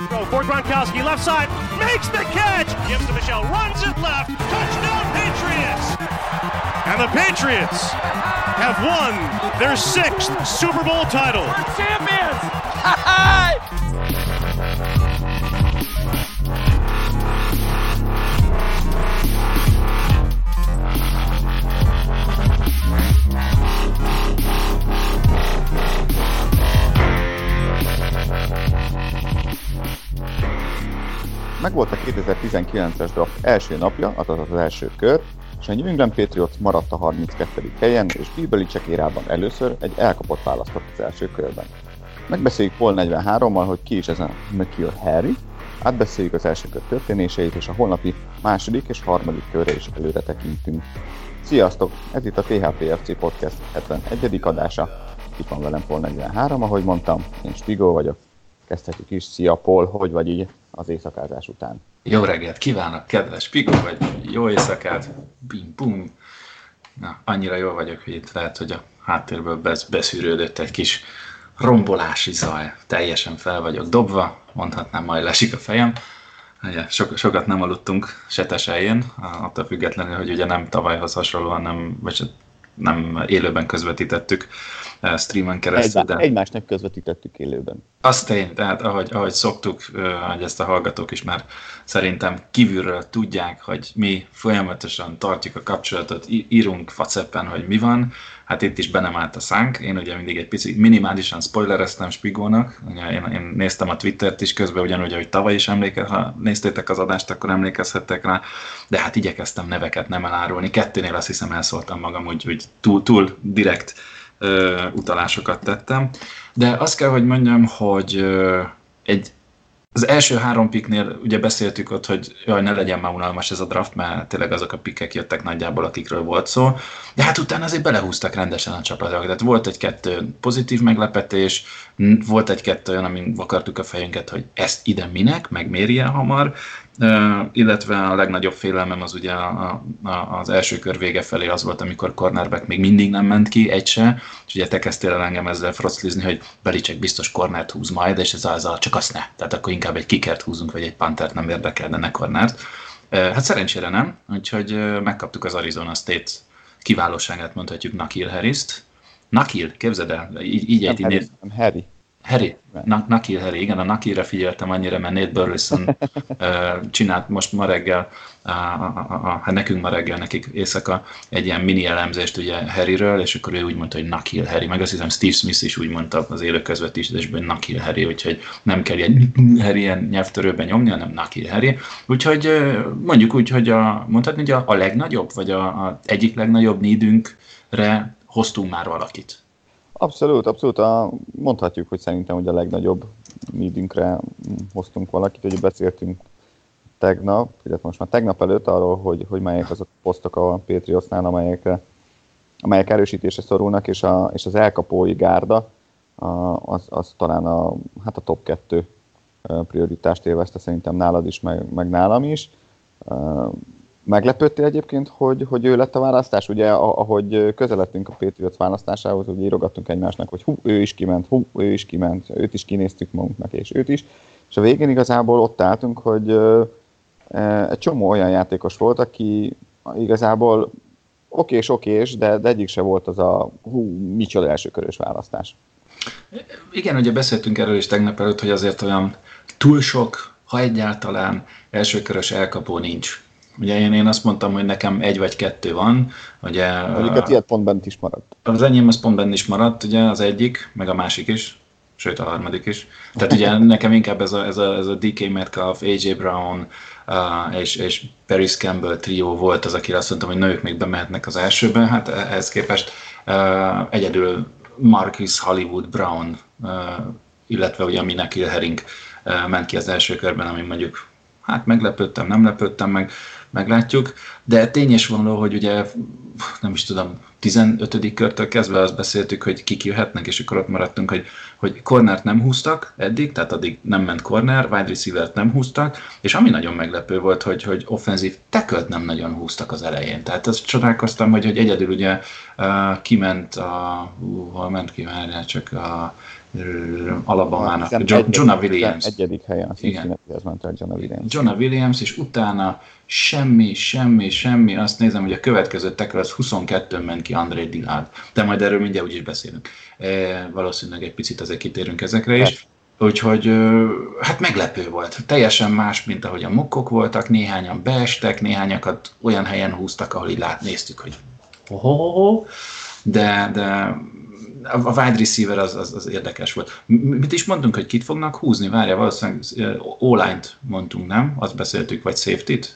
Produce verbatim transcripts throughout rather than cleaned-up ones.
Go for Gronkowski, left side, makes the catch! Gives to Michel, runs it left, touchdown Patriots! And the Patriots have won their sixth Super Bowl title. We're champions! Megvolt a kétezer-tizenkilences draft első napja, azaz az első kör, és a New England Patriots maradt a harminckettedik helyen, és Bill Belichick érában először egy elkapott választott az első körben. Megbeszéljük Paul negyvenhárommal, hogy ki is ez a N'Keal Harry, átbeszéljük az első kör történéseit, és a holnapi második és harmadik körre is előre tekintünk. Sziasztok! Ez itt a té há pé ef cé Podcast hetvenegyedik adása. Itt van velem Paul negyvenhárom, ahogy mondtam, én Spigó vagyok. Kezdhetjük is. Szia Paul, hogy vagy így az éjszakázás után? Jó reggelt kívánok, kedves Spigó, vagy jó éjszakát, bim bum. Na, annyira jól vagyok, hogy itt lehet, hogy a háttérből beszűrődött egy kis rombolási zaj. Teljesen fel vagyok dobva, mondhatnám, majd lesik a fejem. Ugye, so- sokat nem aludtunk se tesején, attól függetlenül, hogy ugye nem tavalyhoz hasonlóan nem, vagy nem élőben közvetítettük streamen keresztül. Egy, de... Egymásnak közvetítettük élőben. Az tény, tehát ahogy, ahogy szoktuk, hogy ezt a hallgatók is már szerintem kívülről tudják, hogy mi folyamatosan tartjuk a kapcsolatot, írunk WhatsAppen, hogy mi van, hát itt is be nem állt a szánk. Én ugye mindig egy picit minimálisan spoilereztem Spigónak, ugye én, én néztem a Twittert is közben, ugyanúgy, ahogy tavaly is emléke, ha néztétek az adást, akkor emlékezhettek rá, de hát igyekeztem neveket nem elárulni. Kettőnél azt hiszem elszóltam magam, úgy, úgy túl, túl direkt ö, utalásokat tettem. De azt kell, hogy mondjam, hogy ö, egy az első három picknél ugye beszéltük ott, hogy jaj, ne legyen már unalmas ez a draft, mert tényleg azok a pickek jöttek nagyjából, akikről volt szó. De hát utána azért belehúztak rendesen a csapatok. Tehát volt egy-kettő pozitív meglepetés, volt egy-kettő olyan, amin vakartuk a fejünket, hogy ezt ide minek, meg miért ilyen hamar. Uh, illetve a legnagyobb félelmem az ugye a, a, az első kör vége felé az volt, amikor cornerback még mindig nem ment ki, egy se, és ugye te kezdtél el engem ezzel froclizni, hogy Belichick biztos cornert húz majd, és ez az a, csak azt ne, tehát akkor inkább egy kickert húzunk, vagy egy puntert, nem érdekel, de ne cornert. Uh, hát szerencsére nem, úgyhogy uh, megkaptuk az Arizona State kiválóságát, mondhatjuk N'Keal Harris-t. N'Keal, képzeld el, így, így ejti. Harry. Harry. Harry, N'Keal Harry, igen, a N'Kealre figyeltem annyira, mert Nate Burleson uh, csinált most ma reggel, uh, a, a, a, hát nekünk ma reggel, nekik éjszaka egy ilyen mini elemzést ugye Harryről, és akkor ő úgy mondta, hogy N'Keal Harry, meg azt hiszem Steve Smith is úgy mondta az élő közvetítésben, hogy N'Keal Harry, úgyhogy nem kell ilyen Harry ilyen nyelvtörőben nyomni, hanem N'Keal Harry. Úgyhogy uh, mondjuk úgy, hogy a, mondhatni, hogy a, a legnagyobb, vagy a, a egyik legnagyobb needünkre hoztunk már valakit. Abszolút, abszolút. A, mondhatjuk, hogy szerintem hogy a legnagyobb needünkre hoztunk valakit. Ugye beszéltünk tegnap, illetve most már tegnap előtt arról, hogy, hogy melyek azok a posztok a Patriotsnál, amelyek, amelyek erősítésre szorulnak, és, a, és az elkapói gárda a, az, az talán a, hát a top kettő prioritást élvezte szerintem nálad is, meg, meg nálam is. Meglepődtél egyébként, hogy, hogy ő lett a választás? Ugye ahogy közeledtünk a Patriots választásához, ugye írogattunk egymásnak, hogy hú, ő is kiment, hú, ő is kiment, őt is kinéztük magunknak, és őt is. És a végén igazából ott álltunk, hogy egy csomó olyan játékos volt, aki igazából okés, okés, de, de egyik se volt az a hú, micsoda elsőkörös választás. Igen, ugye beszéltünk erről is tegnap előtt, hogy azért olyan túl sok, ha egyáltalán elsőkörös elkapó nincs. Ugye én, én azt mondtam, hogy nekem egy vagy kettő van. Ugye, Mondjuk a tiéd pont bent is maradt. Az enyém az pont bent is maradt, ugye az egyik, meg a másik is, sőt a harmadik is. Tehát ugye nekem inkább ez a, ez a, ez a dé ká Metcalf, á jé Brown uh, és, és Paris Campbell trió volt az, akire azt mondtam, hogy nők még bemehetnek az elsőben. Hát ehhez képest uh, egyedül Marquis Hollywood Brown, uh, illetve ugye a N'Keal Harry uh, ment ki az első körben, ami mondjuk hát meglepődtem, nem lepődtem meg, meglátjuk, de tény és való, hogy ugye nem is tudom, tizenötödik körtől kezdve azt beszéltük, hogy kik jöhetnek, és akkor ott maradtunk, hogy, hogy cornert nem húztak eddig, tehát addig nem ment corner, wide receiver-t nem húztak, és ami nagyon meglepő volt, hogy, hogy offenzív tackle-t nem nagyon húztak az elején. Tehát azt csodálkoztam, hogy, hogy egyedül ugye uh, kiment a, uh, hol ment ki, várjál csak a Alabamának, Jonah Williams. Egyedik helyen a Cincinnatihez ment el Jonah Williams. Jonah Williams, és utána semmi, semmi, semmi, azt nézem, hogy a következő tackle az huszonkettőn ment ki André Dillard. De majd erről mindjárt úgyis beszélünk. E, valószínűleg egy picit azért kitérünk ezekre is. Úgyhogy hát meglepő volt. Teljesen más, mint ahogy a mokkok voltak, néhányan beestek, néhányakat olyan helyen húztak, ahol így lát, néztük, hogy ho-ho-ho, de, de a wide receiver az, az, az érdekes volt. Mit is mondtunk, hogy kit fognak húzni? Várja, valószínűleg O-line-t mondtunk, nem? Azt beszéltük, vagy safety-t?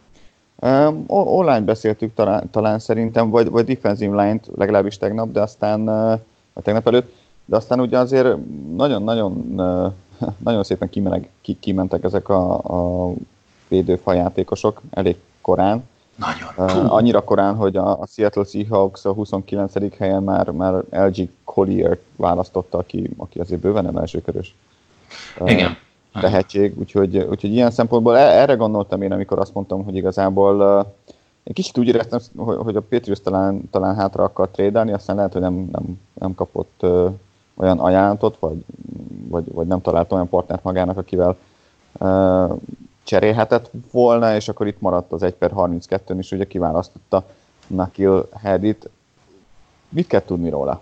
Um, O-line beszéltük talán, talán szerintem, vagy, vagy defensive line-t legalábbis tegnap, de aztán, vagy tegnap előtt, de aztán ugye azért nagyon-nagyon nagyon szépen kimenek, kimentek ezek a, a védőfaljátékosok elég korán. Nagyon. Uh, annyira korán, hogy a, a Seattle Seahawks a huszonkilencedik helyen már, már el gé Collier választotta, aki, aki azért bőven nem elsőkörös uh, Igen. tehetség, úgyhogy, úgyhogy ilyen szempontból erre gondoltam én, amikor azt mondtam, hogy igazából uh, én kicsit úgy éreztem, hogy, hogy a Patriots talán, talán hátra akar trédelni, aztán lehet, hogy nem, nem, nem kapott uh, olyan ajánlatot, vagy, vagy, vagy nem talált olyan partnert magának, akivel uh, cserélhetett volna, és akkor itt maradt az egy per harminckettőn, és ugye kiválasztotta N'Keal Harryt. Mit kell tudni róla?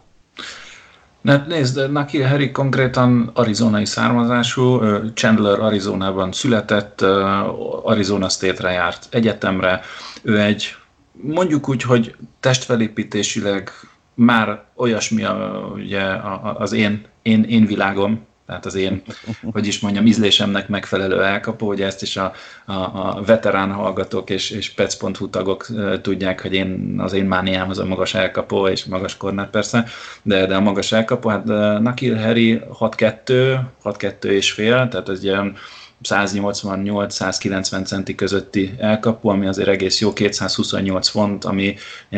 Ne, nézd, N'Keal Harry konkrétan arizonai származású, Chandler, Arizonában született, Arizona State-re járt egyetemre. Ő egy, mondjuk úgy, hogy testfelépítésileg már olyasmi a, ugye, az én, én, én világom, tehát az én, hogy is mondjam, ízlésemnek megfelelő elkapó, ugye ezt is a, a, a veterán hallgatók és, és pec pont hu tagok e, tudják, hogy én, az én mániám az a magas elkapó, és magas kornet persze, de, de a magas elkapó, hát N'Keal Harry hat kettő, hat kettő és fél, tehát ez ilyen száznyolcvannyolc-százkilencven centi közötti elkapó, ami azért egész jó, kétszázhuszonnyolc font, ami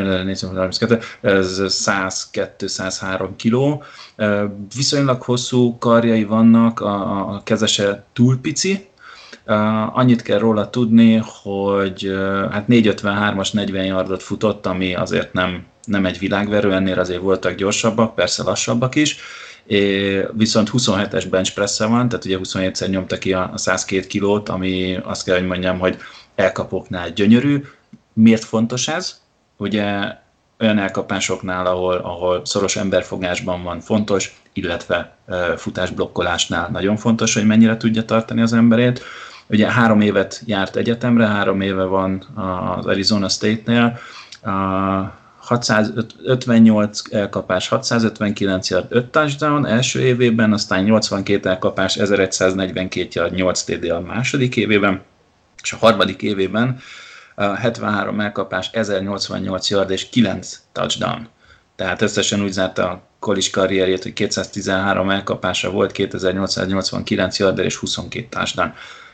ez száz kettő száz három kiló. Viszonylag hosszú karjai vannak, a, a kezese túl pici. Annyit kell róla tudni, hogy hát négyszázötvenhármas negyven yardot futott, ami azért nem, nem egy világverő, ennél azért voltak gyorsabbak, persze lassabbak is. É, viszont huszonhetes bench press-e van, tehát ugye huszonhétszer nyomta ki a száz két kilót, ami azt kell, hogy mondjam, hogy elkapóknál gyönyörű. Miért fontos ez? Ugye olyan elkapásoknál, ahol, ahol szoros emberfogásban van fontos, illetve e, futásblokkolásnál nagyon fontos, hogy mennyire tudja tartani az emberét. Ugye három évet járt egyetemre, három éve van az Arizona State-nél, a hatszázötvennyolc elkapás, hatszázötvenkilenc yard, öt touchdown első évében, aztán nyolcvankét elkapás, ezerszáznegyvenkét yard, nyolc té dé a második évében, és a harmadik évében hetvenhárom elkapás, ezernyolcvannyolc yard és kilenc touchdown. Tehát összesen úgy zárta a college karrierjét, hogy kétszáztizenhárom elkapása volt, kétezer-nyolcszáznyolcvankilenc yard és huszonkét touchdown.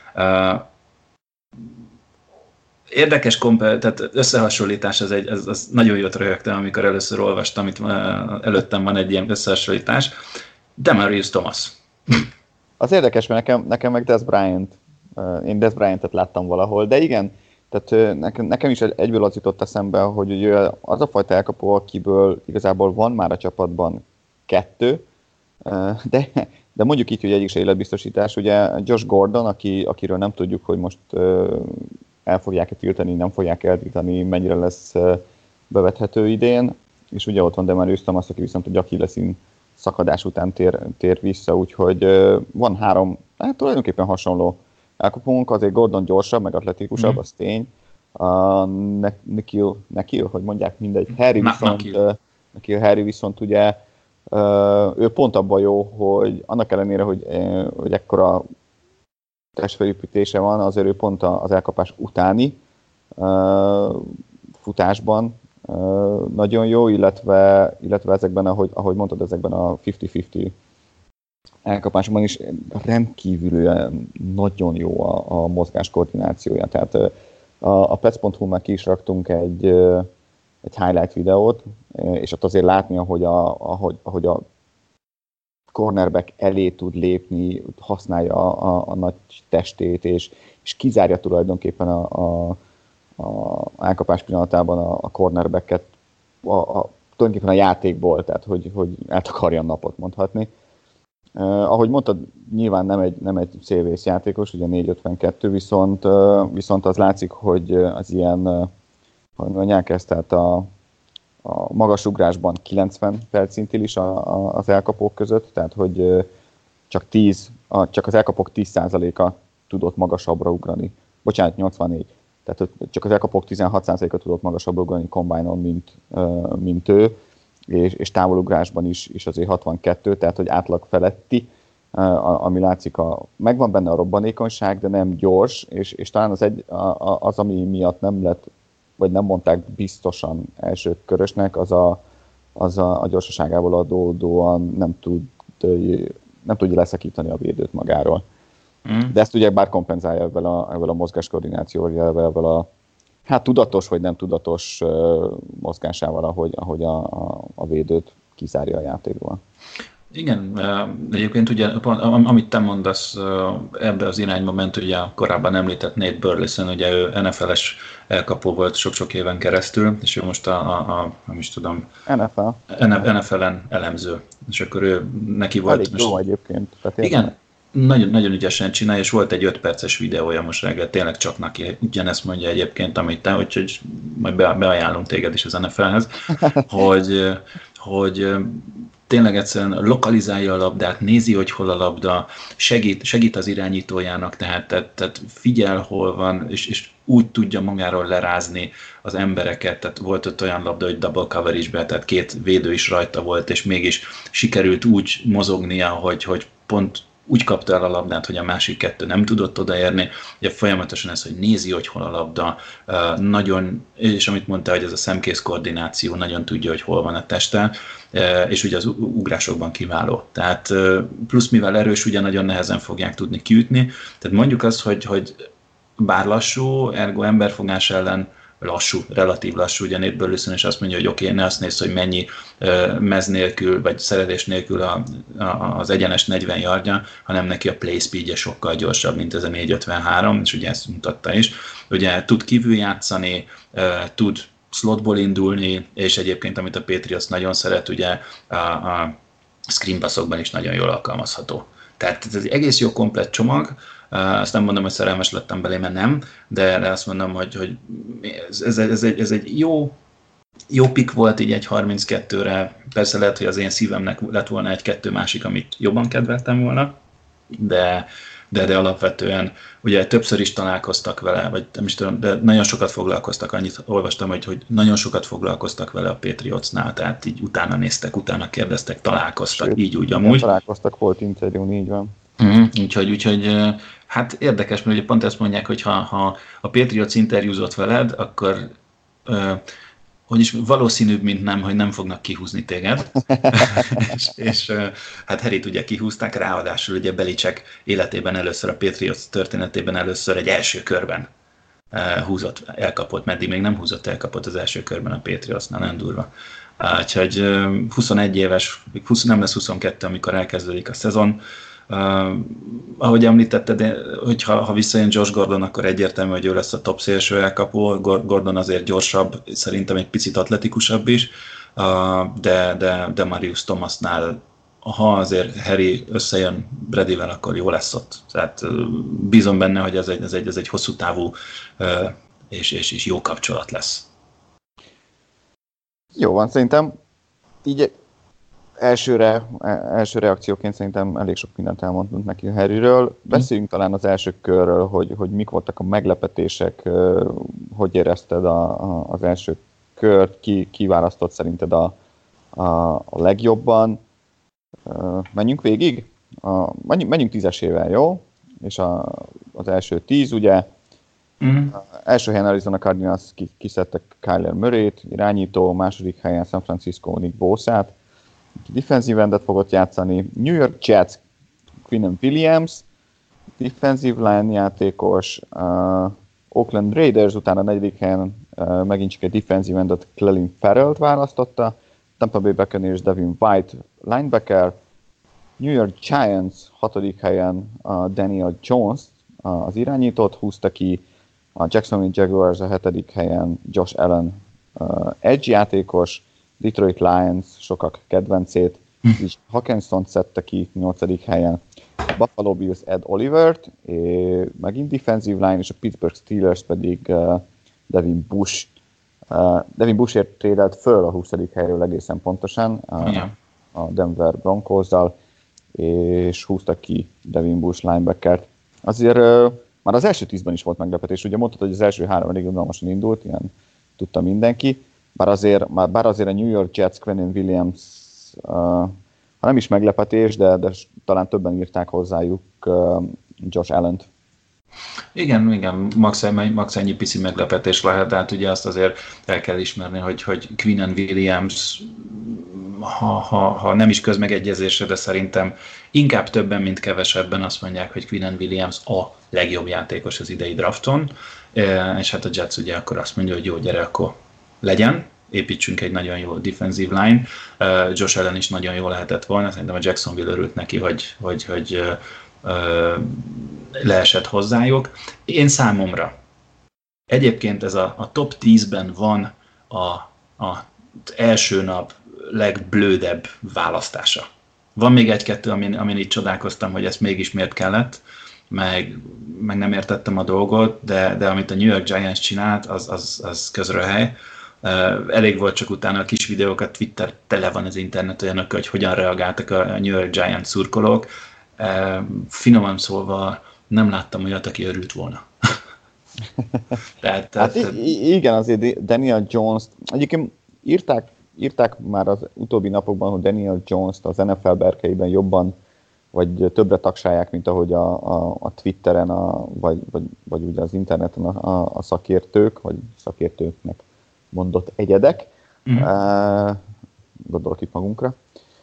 Érdekes kompel, tehát összehasonlítás, az, egy, az, az nagyon jót röhögtem, amikor először olvastam, itt előttem van egy ilyen összehasonlítás. Demaryius Thomas. Az érdekes, mert nekem, nekem meg Dez Bryant, én Dez Bryantet láttam valahol, de igen, tehát nekem, nekem is egyből az jutott eszembe, hogy ugye az a fajta elkapó, akiből igazából van már a csapatban kettő, de, de mondjuk így, hogy egyik se életbiztosítás, ugye Josh Gordon, aki, akiről nem tudjuk, hogy most el fogják-e tiltani, nem fogják eltiltani, mennyire lesz bevethető idén, és ugye ott van Demaryius Thomas, aki viszont a Achilleszín szakadás után tér, tér vissza, úgyhogy van három, hát tulajdonképpen hasonló elkapónk, azért Gordon gyorsabb, meg atletikusabb, mm. az tény. A N'Keal, N'Keal, hogy mondják, mindegy, Harry viszont, N'Keal Harry viszont ugye ő pont abban jó, hogy annak ellenére, hogy, hogy ekkora testfelépítése van, azért ő pont az elkapás utáni uh, futásban uh, nagyon jó, illetve, illetve ezekben, ahogy, ahogy mondtad, ezekben a ötven-ötven elkapásban is rendkívül nagyon jó a, a mozgás koordinációja. Tehát uh, a, a pec pont hu már ki is raktunk egy, uh, egy highlight videót, és ott azért látni, ahogy a, ahogy, ahogy a cornerback elé tud lépni, használja a, a, a nagy testét, és, és kizárja tulajdonképpen a, a, a elkapás pillanatában a, a cornerbacket a, a, tulajdonképpen a játékból, tehát hogy, hogy eltakarja a napot, mondhatni. Uh, ahogy mondtad, nyilván nem egy, nem egy szélvész játékos, ugye négy ötvenkettő, viszont, uh, viszont az látszik, hogy az ilyen, uh, hogy mondják ezt, tehát a, a magas ugrásban kilencven percintil is a, a, az elkapók között, tehát hogy uh, csak, tíz, a, csak az elkapók tíz százaléka tudott magasabbra ugrani. Bocsánat, nyolcvannégy. Tehát csak az elkapók tizenhat százaléka tudott magasabbra ugrani combine-on, mint, uh, mint ő. És, és távolugrásban is, is azért hatvankettő, tehát hogy átlag feletti, ami látszik, a, megvan benne a robbanékonyság, de nem gyors, és, és talán az, egy, az, ami miatt nem lett, vagy nem mondták biztosan első körösnek, az a, az a, a gyorsaságából adódóan nem, tud, nem tudja leszakítani a védőt magáról. Mm. De ezt ugye bár kompenzálja ebben a, ebben a mozgáskoordinációval, ebben a hát tudatos vagy nem tudatos uh, mozgásával, ahogy, ahogy a, a, a védőt kizárja a játékból. Igen, egyébként ugye, amit te mondasz, ebbe az irányba ment, ugye korábban említett Nate Burleson, ugye ő en ef el-es elkapó volt sok-sok éven keresztül, és ő most a, a, a nem is tudom, en ef el. en ef el-en elemző, és akkor ő neki volt... Elég jó egyébként. Igen, nagyon, nagyon ügyesen csinálja, és volt egy öt perces videója most reggel, tényleg csak neki ugyanezt mondja egyébként, amit te, úgyhogy majd beajánlom téged is az en ef el-hez, hogy, hogy tényleg egyszerűen lokalizálja a labdát, nézi, hogy hol a labda, segít, segít az irányítójának, tehát, tehát, tehát figyel, hol van, és, és úgy tudja magáról lerázni az embereket, tehát volt ott olyan labda, hogy double coverage-be, tehát két védő is rajta volt, és mégis sikerült úgy mozognia, hogy, hogy pont úgy kapta el a labdát, hogy a másik kettő nem tudott odaérni. Ugye folyamatosan ez, hogy nézi, hogy hol a labda, nagyon, és amit mondta, hogy ez a szemkész koordináció, nagyon tudja, hogy hol van a teste, és ugye az ugrásokban kiváló. Tehát plusz mivel erős, ugye nagyon nehezen fogják tudni kiütni. Tehát mondjuk azt, hogy, hogy bár lassú, ergo emberfogás ellen lassú, relatív lassú, ugye Nate Burleson is azt mondja, hogy oké, okay, ne azt nézz, hogy mennyi uh, mez nélkül, vagy szerelés nélkül a, a, az egyenes negyven yardja, hanem neki a play speedje sokkal gyorsabb, mint ez a négy ötvenhárom, és ugye ezt mutatta is. Ugye tud kívül játszani, uh, tud slotból indulni, és egyébként, amit a Patriots nagyon szeret, ugye a, a screen passzokban is nagyon jól alkalmazható. Tehát ez egy egész jó komplett csomag. Azt nem mondom, hogy szerelmes lettem belé, mert nem, de azt mondom, hogy, hogy ez, ez, ez, egy, ez egy jó, jó pick volt így egy harminckettőre. Persze lehet, hogy az én szívemnek lett volna egy-kettő másik, amit jobban kedveltem volna, de, de, de alapvetően ugye többször is találkoztak vele, vagy nem is tudom, de nagyon sokat foglalkoztak, annyit olvastam, hogy, hogy nagyon sokat foglalkoztak vele a Patriotsnál, tehát így utána néztek, utána kérdeztek, találkoztak, sőt, így úgy amúgy. Találkoztak, volt interjú, így van. Mm, úgyhogy, úgyhogy hát érdekes, mert ugye pont ezt mondják, hogy ha, ha a Patriots interjúzott veled, akkor uh, hogy is valószínűbb, mint nem, hogy nem fognak kihúzni téged. és és uh, hát Harryt ugye kihúzták, ráadásul ugye Belichick életében először, a Patriots történetében először egy első körben uh, húzott, elkapott, meddig még nem húzott, elkapott az első körben a Patriotsnál, nem durva. Uh, úgyhogy uh, huszonegy éves, húsz, nem lesz huszonkettő, amikor elkezdődik a szezon. Uh, ahogy említetted, hogyha ha visszajön Josh Gordon, akkor egyértelmű, hogy ő lesz a top szélső elkapó. Gordon azért gyorsabb, szerintem egy picit atletikusabb is, uh, de, de, de Marius Thomasnál, ha azért Harry összejön Bradyvel, akkor jó lesz ott. Tehát uh, bízom benne, hogy ez egy, ez egy, ez egy hosszú távú uh, és, és, és jó kapcsolat lesz. Jó van, szerintem így Elsőre, első reakcióként szerintem elég sok mindent elmondtunk neki a Harryről. Beszéljünk mm. talán az első körről, hogy, hogy mik voltak a meglepetések, hogy érezted a, a, az első kört, ki, ki választott szerinted a, a, a legjobban. Menjünk végig? A, menjünk, menjünk tízesével, jó? És a, az első tíz, ugye, mm. első helyen Arizona Cardinals kiszedtek Kyler Murrayt, irányító, második helyen San Francisco Nick Bosa-t, defensive endet fogott játszani, New York Jets, Quinnen Williams, defensive line játékos, uh, Oakland Raiders után a negyedik helyen uh, megint csak egy defensive endet, Clelin Ferrell-t választotta, Tampa Bay Buccaneers Devin White, linebacker, New York Giants hatodik helyen uh, Daniel Jones, uh, az irányítót húzta ki, a Jacksonville Jaguars a hetedik helyen Josh Allen, uh, edge játékos, Detroit Lions sokak kedvencét, így Hawkinson szedte ki nyolcadik helyen. Buffalo Bills Ed Olivert, megint defensive line, és a Pittsburgh Steelers pedig uh, Devin Bush. Uh, Devin Bushért trédelt föl a huszadik helyről egészen pontosan uh, a Denver Broncos-dal, és húztak ki Devin Bush linebackert. Azért uh, már az első tízben is volt meglepetés, ugye mondtad, hogy az első három elég unalmasan indult, ilyen tudta mindenki, bár azért, bár azért a New York Jets, Quinnen Williams, uh, ha nem is meglepetés, de, de talán többen írták hozzájuk uh, Josh Allen-t. Igen, igen, max, max ennyi pici meglepetés lehet, de hát ugye azt azért el kell ismerni, hogy, hogy Quinnen Williams, ha, ha, ha nem is közmegegyezésre, de szerintem inkább többen, mint kevesebben azt mondják, hogy Quinnen Williams a legjobb játékos az idei drafton, és hát a Jets ugye akkor azt mondja, hogy jó, gyere, akkor legyen, építsünk egy nagyon jó defensive line. Uh, Josh Allen is nagyon jó lehetett volna, szerintem a Jacksonville örült neki, hogy, hogy, hogy uh, uh, leesett hozzájuk. Én számomra egyébként ez a, a top tízben van a, a első nap legblődebb választása. Van még egy-kettő, amin, amin így csodálkoztam, hogy ezt mégis miért kellett, meg, meg nem értettem a dolgot, de, de amit a New York Giants csinált, az, az, az közröhely. Uh, elég volt csak utána a kis videókat, Twitter tele van az internet olyanok, hogy hogyan reagáltak a New York Giants szurkolók. Uh, finoman szólva nem láttam olyat, aki örült volna. tehát, hát tehát, igen, azért Daniel Jones, egyébként írták, írták már az utóbbi napokban, hogy Daniel Jones-t az en ef el berkeiben jobban, vagy többre tagsálják, mint ahogy a, a, a Twitteren, a, vagy, vagy, vagy ugye az interneten a, a, a szakértők, vagy szakértőknek mondott egyedek. Mm-hmm. Uh, gondolok itt magunkra.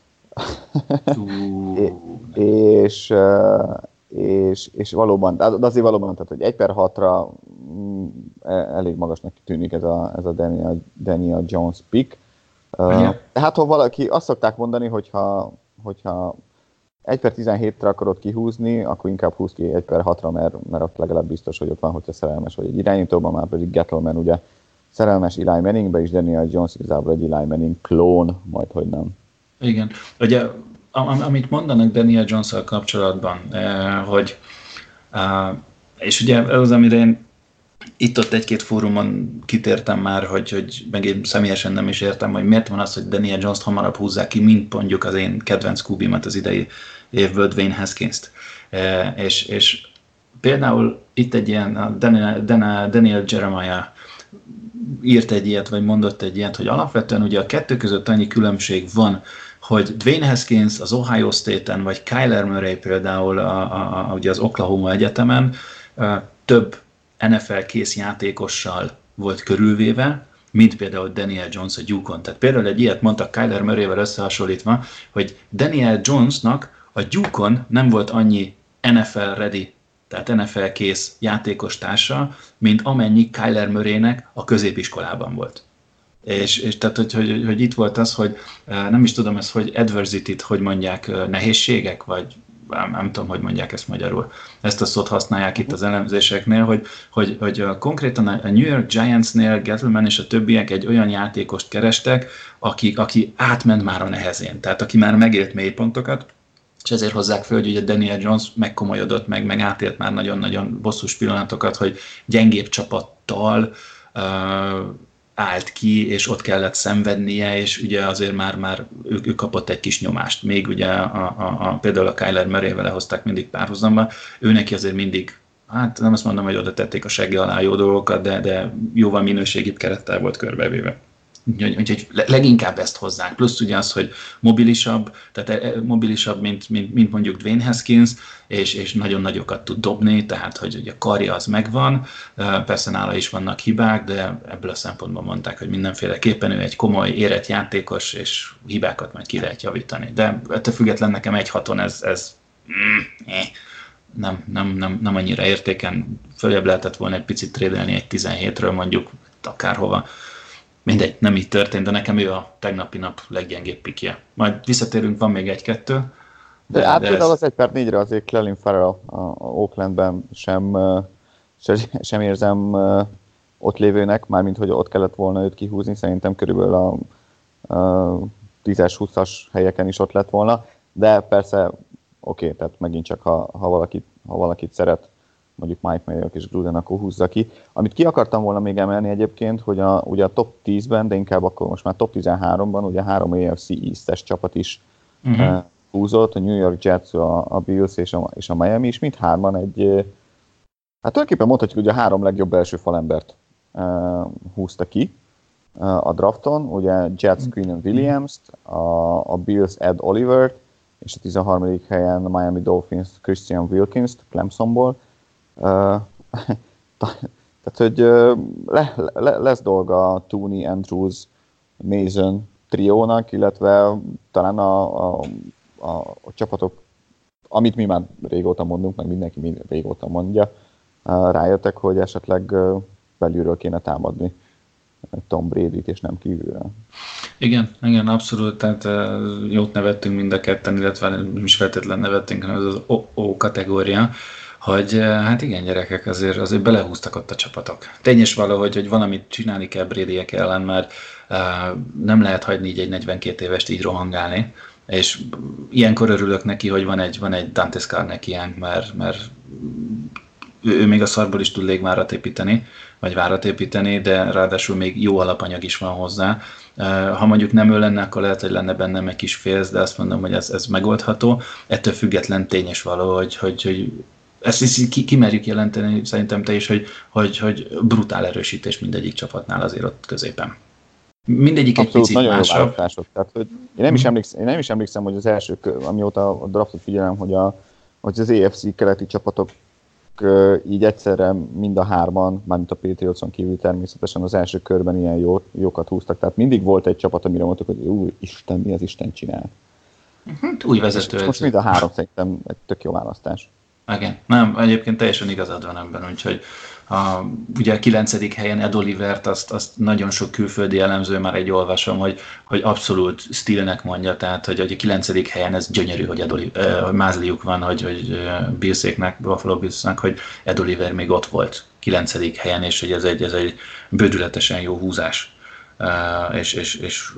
uh. és, uh, és, és valóban, de azért valóban, tehát, hogy egy per hatra mm, elég magasnak tűnik ez a, ez a Daniel, Daniel Jones pick. Uh, hát, ha valaki, azt szokták mondani, hogyha, hogyha egy per tizenhétre akarod kihúzni, akkor inkább húz ki egy per hatra, mert, mert ott legalább biztos, hogy ott van, hogyha szerelmes vagy egy irányítóban, már pedig Gettleman ugye szerelmes Eli Manningbe, és Daniel Jones igazából egy Eli Manning klón, majd hogy nem. Igen. Ugye, am- amit mondanak Daniel Jones-szal kapcsolatban, eh, hogy eh, és ugye ez az, amire én itt-ott egy-két fórumon kitértem már, hogy, hogy meg én személyesen nem is értem, hogy miért van az, hogy Daniel Jones-t hamarabb húzzák ki, mint mondjuk az én kedvenc kubimat az idei évből, Dwayne Haskins-t. Eh, és, és például itt egy ilyen a Daniel, Daniel, Daniel Jeremiah írt egy ilyet, vagy mondott egy ilyet, hogy alapvetően ugye a kettő között annyi különbség van, hogy Dwayne Haskins az Ohio State-en, vagy Kyler Murray például a, a, a, ugye az Oklahoma Egyetemen uh, több en ef el kész játékossal volt körülvéve, mint például Daniel Jones a Duke-on. Tehát például egy ilyet mondtak Kyler Murray-vel összehasonlítva, hogy Daniel Jonesnak a Duke-on nem volt annyi en ef el ready, tehát en ef el kész játékos társa, mint amennyi Kyler Murraynek a középiskolában volt. És, és tehát, hogy, hogy, hogy itt volt az, hogy nem is tudom ezt, hogy adversity-t, hogy mondják, nehézségek, vagy nem, nem tudom, hogy mondják ezt magyarul. Ezt a szót használják itt az elemzéseknél, hogy, hogy, hogy konkrétan a New York Giantsnél Gettleman és a többiek egy olyan játékost kerestek, aki, aki átment már a nehezén, tehát aki már megélt mélypontokat, és ezért hozzák föl, hogy ugye Daniel Jones megkomolyodott, meg, meg átélt már nagyon-nagyon bosszús pillanatokat, hogy gyengébb csapattal uh, állt ki, és ott kellett szenvednie, és ugye azért már, már ő, ő kapott egy kis nyomást. Még ugye a, a, a, például a Kyler Murray-vel lehozták mindig párhuzamba, ő neki azért mindig, hát nem azt mondom, hogy oda tették a segge alá jó dolgokat, de, de jóval minőségibb kerettel volt körbevéve. Úgyhogy leginkább ezt hozzánk. Plusz ugye az, hogy mobilisabb, tehát mobilisabb, mint, mint, mint mondjuk Dwayne Haskins, és, és nagyon nagyokat tud dobni, tehát hogy ugye a karja az megvan, persze nála is vannak hibák, de ebből a szempontból mondták, hogy mindenféleképpen ő egy komoly, érett játékos, és hibákat majd ki lehet javítani. De ettől független nekem egy haton ez, ez mm, eh, nem, nem, nem, nem annyira értéken, följebb lehetett volna egy picit trédelni egy tizenhétről mondjuk akárhova. Mindegy, nem így történt, de nekem ő a tegnapi nap leggyengébb pikje. Majd visszatérünk, van még egy-kettő. De, de hát például ez... az egy per négyre azért Clelin Ferrell a, a Oaklandben sem, sem, sem érzem ott lévőnek, mármint hogy ott kellett volna őt kihúzni, szerintem körülbelül a, a tízes-húszas helyeken is ott lett volna, de persze oké, okay, tehát megint csak ha, ha, valakit, ha valakit szeret, mondjuk Mike Mayock és Gruden, akkor húzza ki. Amit ki akartam volna még emelni egyébként, hogy a, ugye a top tízben, de inkább akkor most már top tizenháromban, ugye három á ef cé East-es csapat is uh-huh. uh, húzott, a New York Jets, a, a Bills és a, és a Miami is, mindhárman egy, uh, hát tulajdonképpen mondhatjuk, hogy a három legjobb első falembert uh, húzta ki uh, a drafton, ugye Jets Quinnen Williams-t, a, a Bills Ed Olivert, és a tizenharmadik helyen a Miami Dolphins Christian Wilkins-t Clemsonból. Uh, tehát, hogy uh, le, le, lesz dolga a Tooney, Andrews, Mason triónak, illetve talán a, a, a, a csapatok, amit mi már régóta mondunk, meg mindenki régóta mondja, uh, rájöttek, hogy esetleg uh, belülről kéne támadni Tom Brady-t, és nem kívülről. Igen, igen, abszolút, tehát uh, jót nevettünk mind a ketten, illetve nem is feltétlen nevettünk, hanem ez az O kategória, hogy hát igen, gyerekek, azért, azért belehúztak ott a csapatok. Tényes valahogy, hogy valamit csinálni kell Bradyek ellen, mert uh, nem lehet hagyni így egy negyvenkét évest így rohangálni, és ilyenkor örülök neki, hogy van egy, van egy Dante Scarnecchiánk, mert, mert ő, ő még a szarból is tud légvárat építeni, vagy várat építeni, de ráadásul még jó alapanyag is van hozzá. Ha mondjuk nem ő lenne, akkor lehet, hogy lenne bennem egy kis félsz, de azt mondom, hogy ez, ez megoldható. Ettől független tényes való, hogy, hogy, hogy ezt ki, kimerjük jelenteni, szerintem te is, hogy, hogy, hogy brutál erősítés mindegyik csapatnál azért ott középen. Mindegyik abszolút, egy picit másabb. Tehát, hogy én, nem is emlékszem, én nem is emlékszem, hogy az első, amióta a draftot figyelem, hogy, a, hogy az á ef cé keleti csapatok így egyszerre mind a hárman, mármint a Patriotson kívül természetesen az első körben ilyen jó, jókat húztak. Tehát mindig volt egy csapat, amire mondtuk, hogy új, Isten, mi az Isten csinál. Hát, új vezető. Most mind a három szerintem egy tök jó választás. Igen, nem, egyébként teljesen igazad van ebben, úgyhogy a, ugye a kilencedik helyen Ed Olivert, azt, azt nagyon sok külföldi elemző már egy olvasom, hogy, hogy abszolút stílnek mondja, tehát hogy, hogy a kilencedik helyen ez gyönyörű, hogy Ed Oliver, hogy mázliuk van, hogy, hogy Billséknek, Buffalo Billsnek, hogy Ed Oliver még ott volt kilencedik helyen, és hogy ez egy, ez egy bődületesen jó húzás. Uh, és, és, és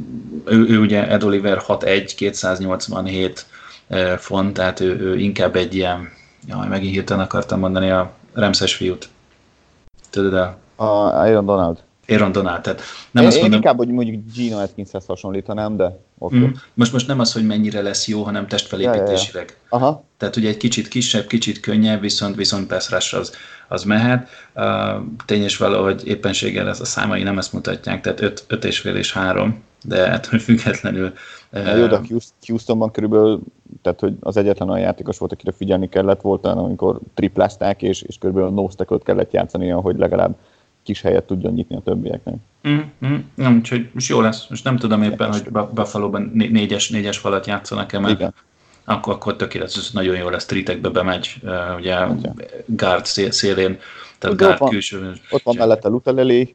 ő, ő ugye Ed Oliver hat egy, kétszáznyolcvanhét uh, font, tehát ő, ő inkább egy ilyen, jaj, megint hirtelen akartam mondani a Ramses fiút. Tudod el? A Aaron Donald. Aaron Donald, tehát nem én, azt mondom, én inkább, hogy mondjuk Gino Atkinshez hasonlítanám, de oké. Okay. Mm, most, most nem az, hogy mennyire lesz jó, hanem testfelépítésileg. Ja, ja, ja. Aha. Tehát ugye egy kicsit kisebb, kicsit könnyebb, viszont, viszont pass rush az, az mehet. Uh, tényes valahogy éppenséggel ez a számai nem ezt mutatják, tehát öt és fél és három, de ettől függetlenül... Uh, jó, de Houstonban körülbelül, tehát hogy az egyetlen olyan játékos volt, akire figyelni kellett, volt, amikor triplázták, és, és körülbelül nose tackle-t kellett játszania, hogy legalább kis helyet tudjon nyitni a többieknek. Mm, mm, nem, úgyhogy most jó lesz. Most nem tudom éppen, hogy Buffalo-ban négyes, négyes falat játszanak-e, mert igen. Akkor, akkor tökéletes, nagyon jó lesz, streetekbe bemegy, uh, ugye okay. guard szél, szélén, tehát ott guard van, külső. Ott van mellette Luteleli,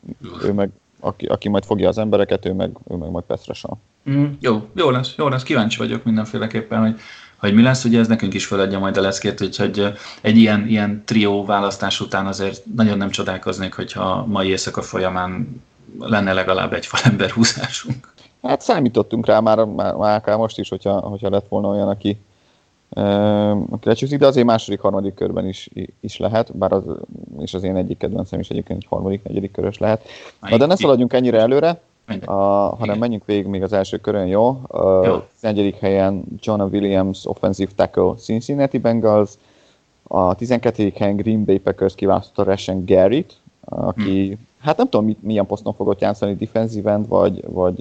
ő meg, aki, aki majd fogja az embereket, ő meg, ő meg majd Pestrasal. Mm, jó, jó lesz, jó lesz, kíváncsi vagyok mindenféleképpen, hogy hogy mi lesz, ugye ez nekünk is feladja majd a leckét, úgyhogy egy ilyen, ilyen trió választás után azért nagyon nem csodálkoznék, hogyha mai éjszaka folyamán lenne legalább egy falember húzásunk. Hát számítottunk rá már, már, már akár most is, hogyha, hogyha lett volna olyan, aki, euh, aki lecsúszik, de azért második, harmadik körben is, is lehet, bár az, és az én egyik kedvencem is egyébként egy harmadik, negyedik körös lehet. Na de ne szaladjunk ennyire előre, a, hanem menjünk végig még az első körön, jó? A jó. tizenegyedik helyen Jonah Williams, offensive tackle, Cincinnati Bengals, a tizenkettedik helyen Green Bay Packers kiválasztotta Rashan Garyt, aki, hmm. hát nem tudom, mit, milyen poszton fogott játszani, defensive end, vagy, vagy,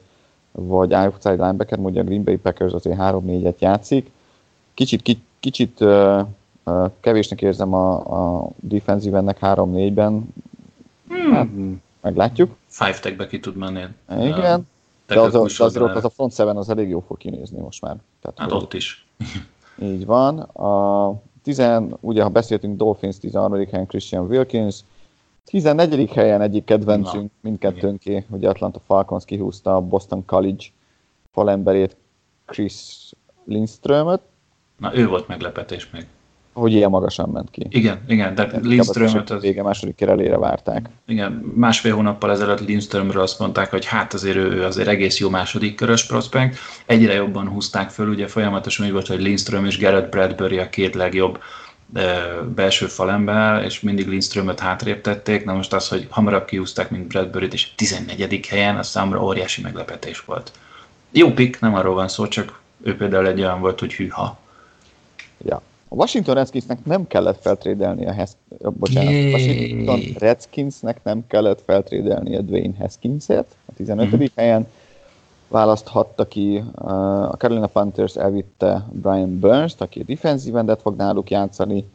vagy outside linebacker, mondja a Green Bay Packers azért három négyet játszik. Kicsit, kicsit, kicsit uh, uh, kevésnek érzem a, a defensive endnek három négyben. Hmm. Hát, meglátjuk. Five tagbe ki tud menni. Igen, uh, de az, az, az, az a front seven az elég jó fog kinézni most már. Tehát, hát ott is. Így van. A tizen, ugye ha beszéltünk Dolphins tizenharmadik helyen Christian Wilkins, tizennegyedik helyen egyik kedvencünk, na, mindkettőnké, ugye Atlanta Falcons kihúzta a Boston College falemberét, Chris Lindströmöt. Na ő volt meglepetés még. Hogy ilyen magasan ment ki. Igen, igen, de Lindströmöt az... Vége második kör elére várták. Igen, másfél hónappal ezelőtt Lindströmről azt mondták, hogy hát azért ő azért egész jó második körös prospekt. Egyre jobban húzták föl, ugye folyamatosan úgy volt, hogy Lindström és Garrett Bradbury a két legjobb belső falember, és mindig Lindströmöt hátrébb tették. Na most az, hogy hamarabb kihúzták, mint Bradburyt, és tizennegyedik helyen, az számomra óriási meglepetés volt. Jó pick, nem arról van szó, csak ő például egy olyan volt, hogy hűha. Ja. A Washington Redskinsnek nem kellett feltrédelni a Hes- bocsánat, Yay. Washington Redskinsnek nem kellett feltrédelni a Dwayne Haskinsért. A tizenötödik Mm-hmm. helyen választhatta ki, a Carolina Panthers elvitte Brian Burns-t, aki a defensive endet fog náluk játszani.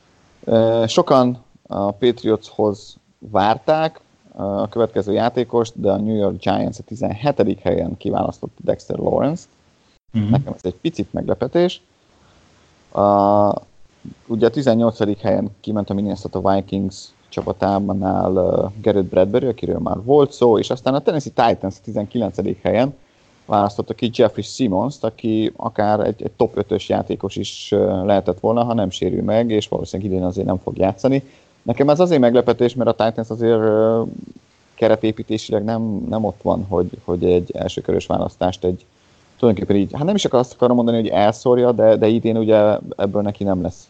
Sokan a Patriotshoz várták a következő játékost, de a New York Giants a tizenhetedik helyen kiválasztott Dexter Lawrence-t. Mm-hmm. Nekem ez egy picit meglepetés. A, ugye a tizennyolcadik helyen kiment a Minnesota Vikings csapatánál uh, Garrett Bradbury, akiről már volt szó, és aztán a Tennessee Titans a tizenkilencedik helyen választotta ki Jeffrey Simmons-t, aki akár egy, egy top ötös játékos is uh, lehetett volna, ha nem sérül meg, és valószínűleg idén azért nem fog játszani. Nekem ez azért meglepetés, mert a Titans azért uh, keretépítésileg nem, nem ott van, hogy, hogy egy elsőkörös választást egy tulajdonképpen így, hát nem is azt akarom mondani, hogy elszórja, de, de idén ugye ebből neki nem lesz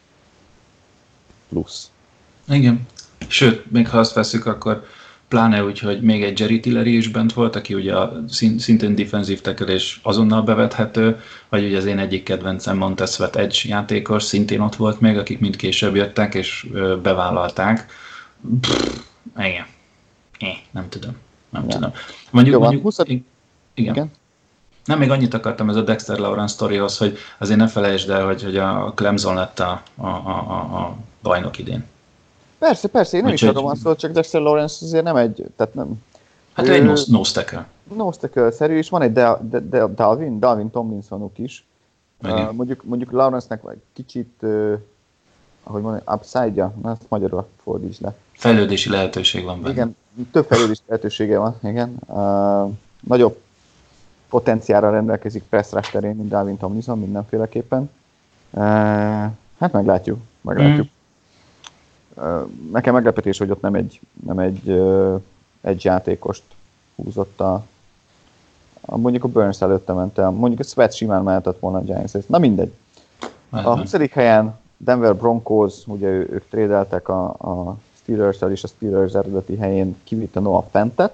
plusz. Igen. Sőt, még ha azt veszük, akkor pláne úgy, hogy még egy Jerry Tillery is bent volt, aki ugye szintén defensive tackle és azonnal bevethető, vagy ugye az én egyik kedvencem Montez Sweat edge játékos, szintén ott volt még, akik mind később jöttek és bevállalták. Pff, igen. É, nem tudom. Nem ja. tudom. Mondjuk, Jó, mondjuk húsz... igen. igen. Nem, még annyit akartam ez a Dexter Lawrence sztorihoz, hogy azért ne felejtsd el, hogy, hogy a Clemson lett a, a, a, a bajnok idén. Persze, persze, én nem Úgy, is arra van szó, csak Dexter Lawrence azért nem egy, tehát nem... Hát ő egy nose tackle. Nose tackle-szerű, és van egy de, de, de, Dalvin, Dalvin Tomlinsonuk is. Uh, mondjuk, mondjuk Lawrence-nek egy kicsit, uh, ahogy mondani, upside-ja, na ezt magyarul fordíts le. Fejlődési lehetőség van benne. Igen, több fejlődési lehetősége van, igen. Uh, nagyobb potenciálra rendelkezik press rush terén, mint Dalvin Tomlinson mindenféleképpen. Uh, hát meglátjuk, meglátjuk. Mm. Uh, nekem meglepetés, hogy ott nem egy, nem egy, uh, egy játékost húzott a, a mondjuk a Burns előtte ment el, mondjuk a Sweat simán mehetett volna a Giants. Na mindegy. A huszadik helyen Denver Broncos, ugye ő, ők trédeltek a, a Steelers-el, és a Steelers eredeti helyén kivitte Noah Fantet,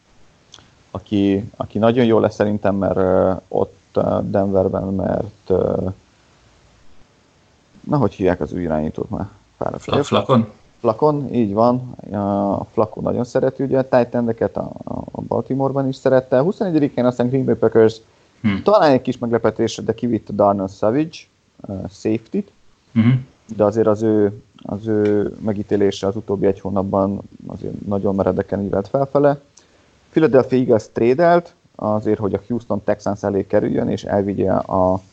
Aki, aki nagyon jó lesz szerintem, mert uh, ott uh, Denverben, mert uh, na, hogy hívják az új irányítót már? Fla- Flakon? Flakon, így van. A Flakon nagyon szereti ugye a tight endeket, a, a Baltimore-ban is szerette. A huszonegyedikén aztán Green Bay Packers hmm. talán egy kis meglepetés, de kivitte Darnell Savage, uh, safety-t, hmm. de azért az ő, az ő megítélése az utóbbi egy hónapban azért nagyon meredeken ívelt felfele. Philadelphia Eagles trédelt azért, hogy a Houston Texans elé kerüljön, és elvigye a,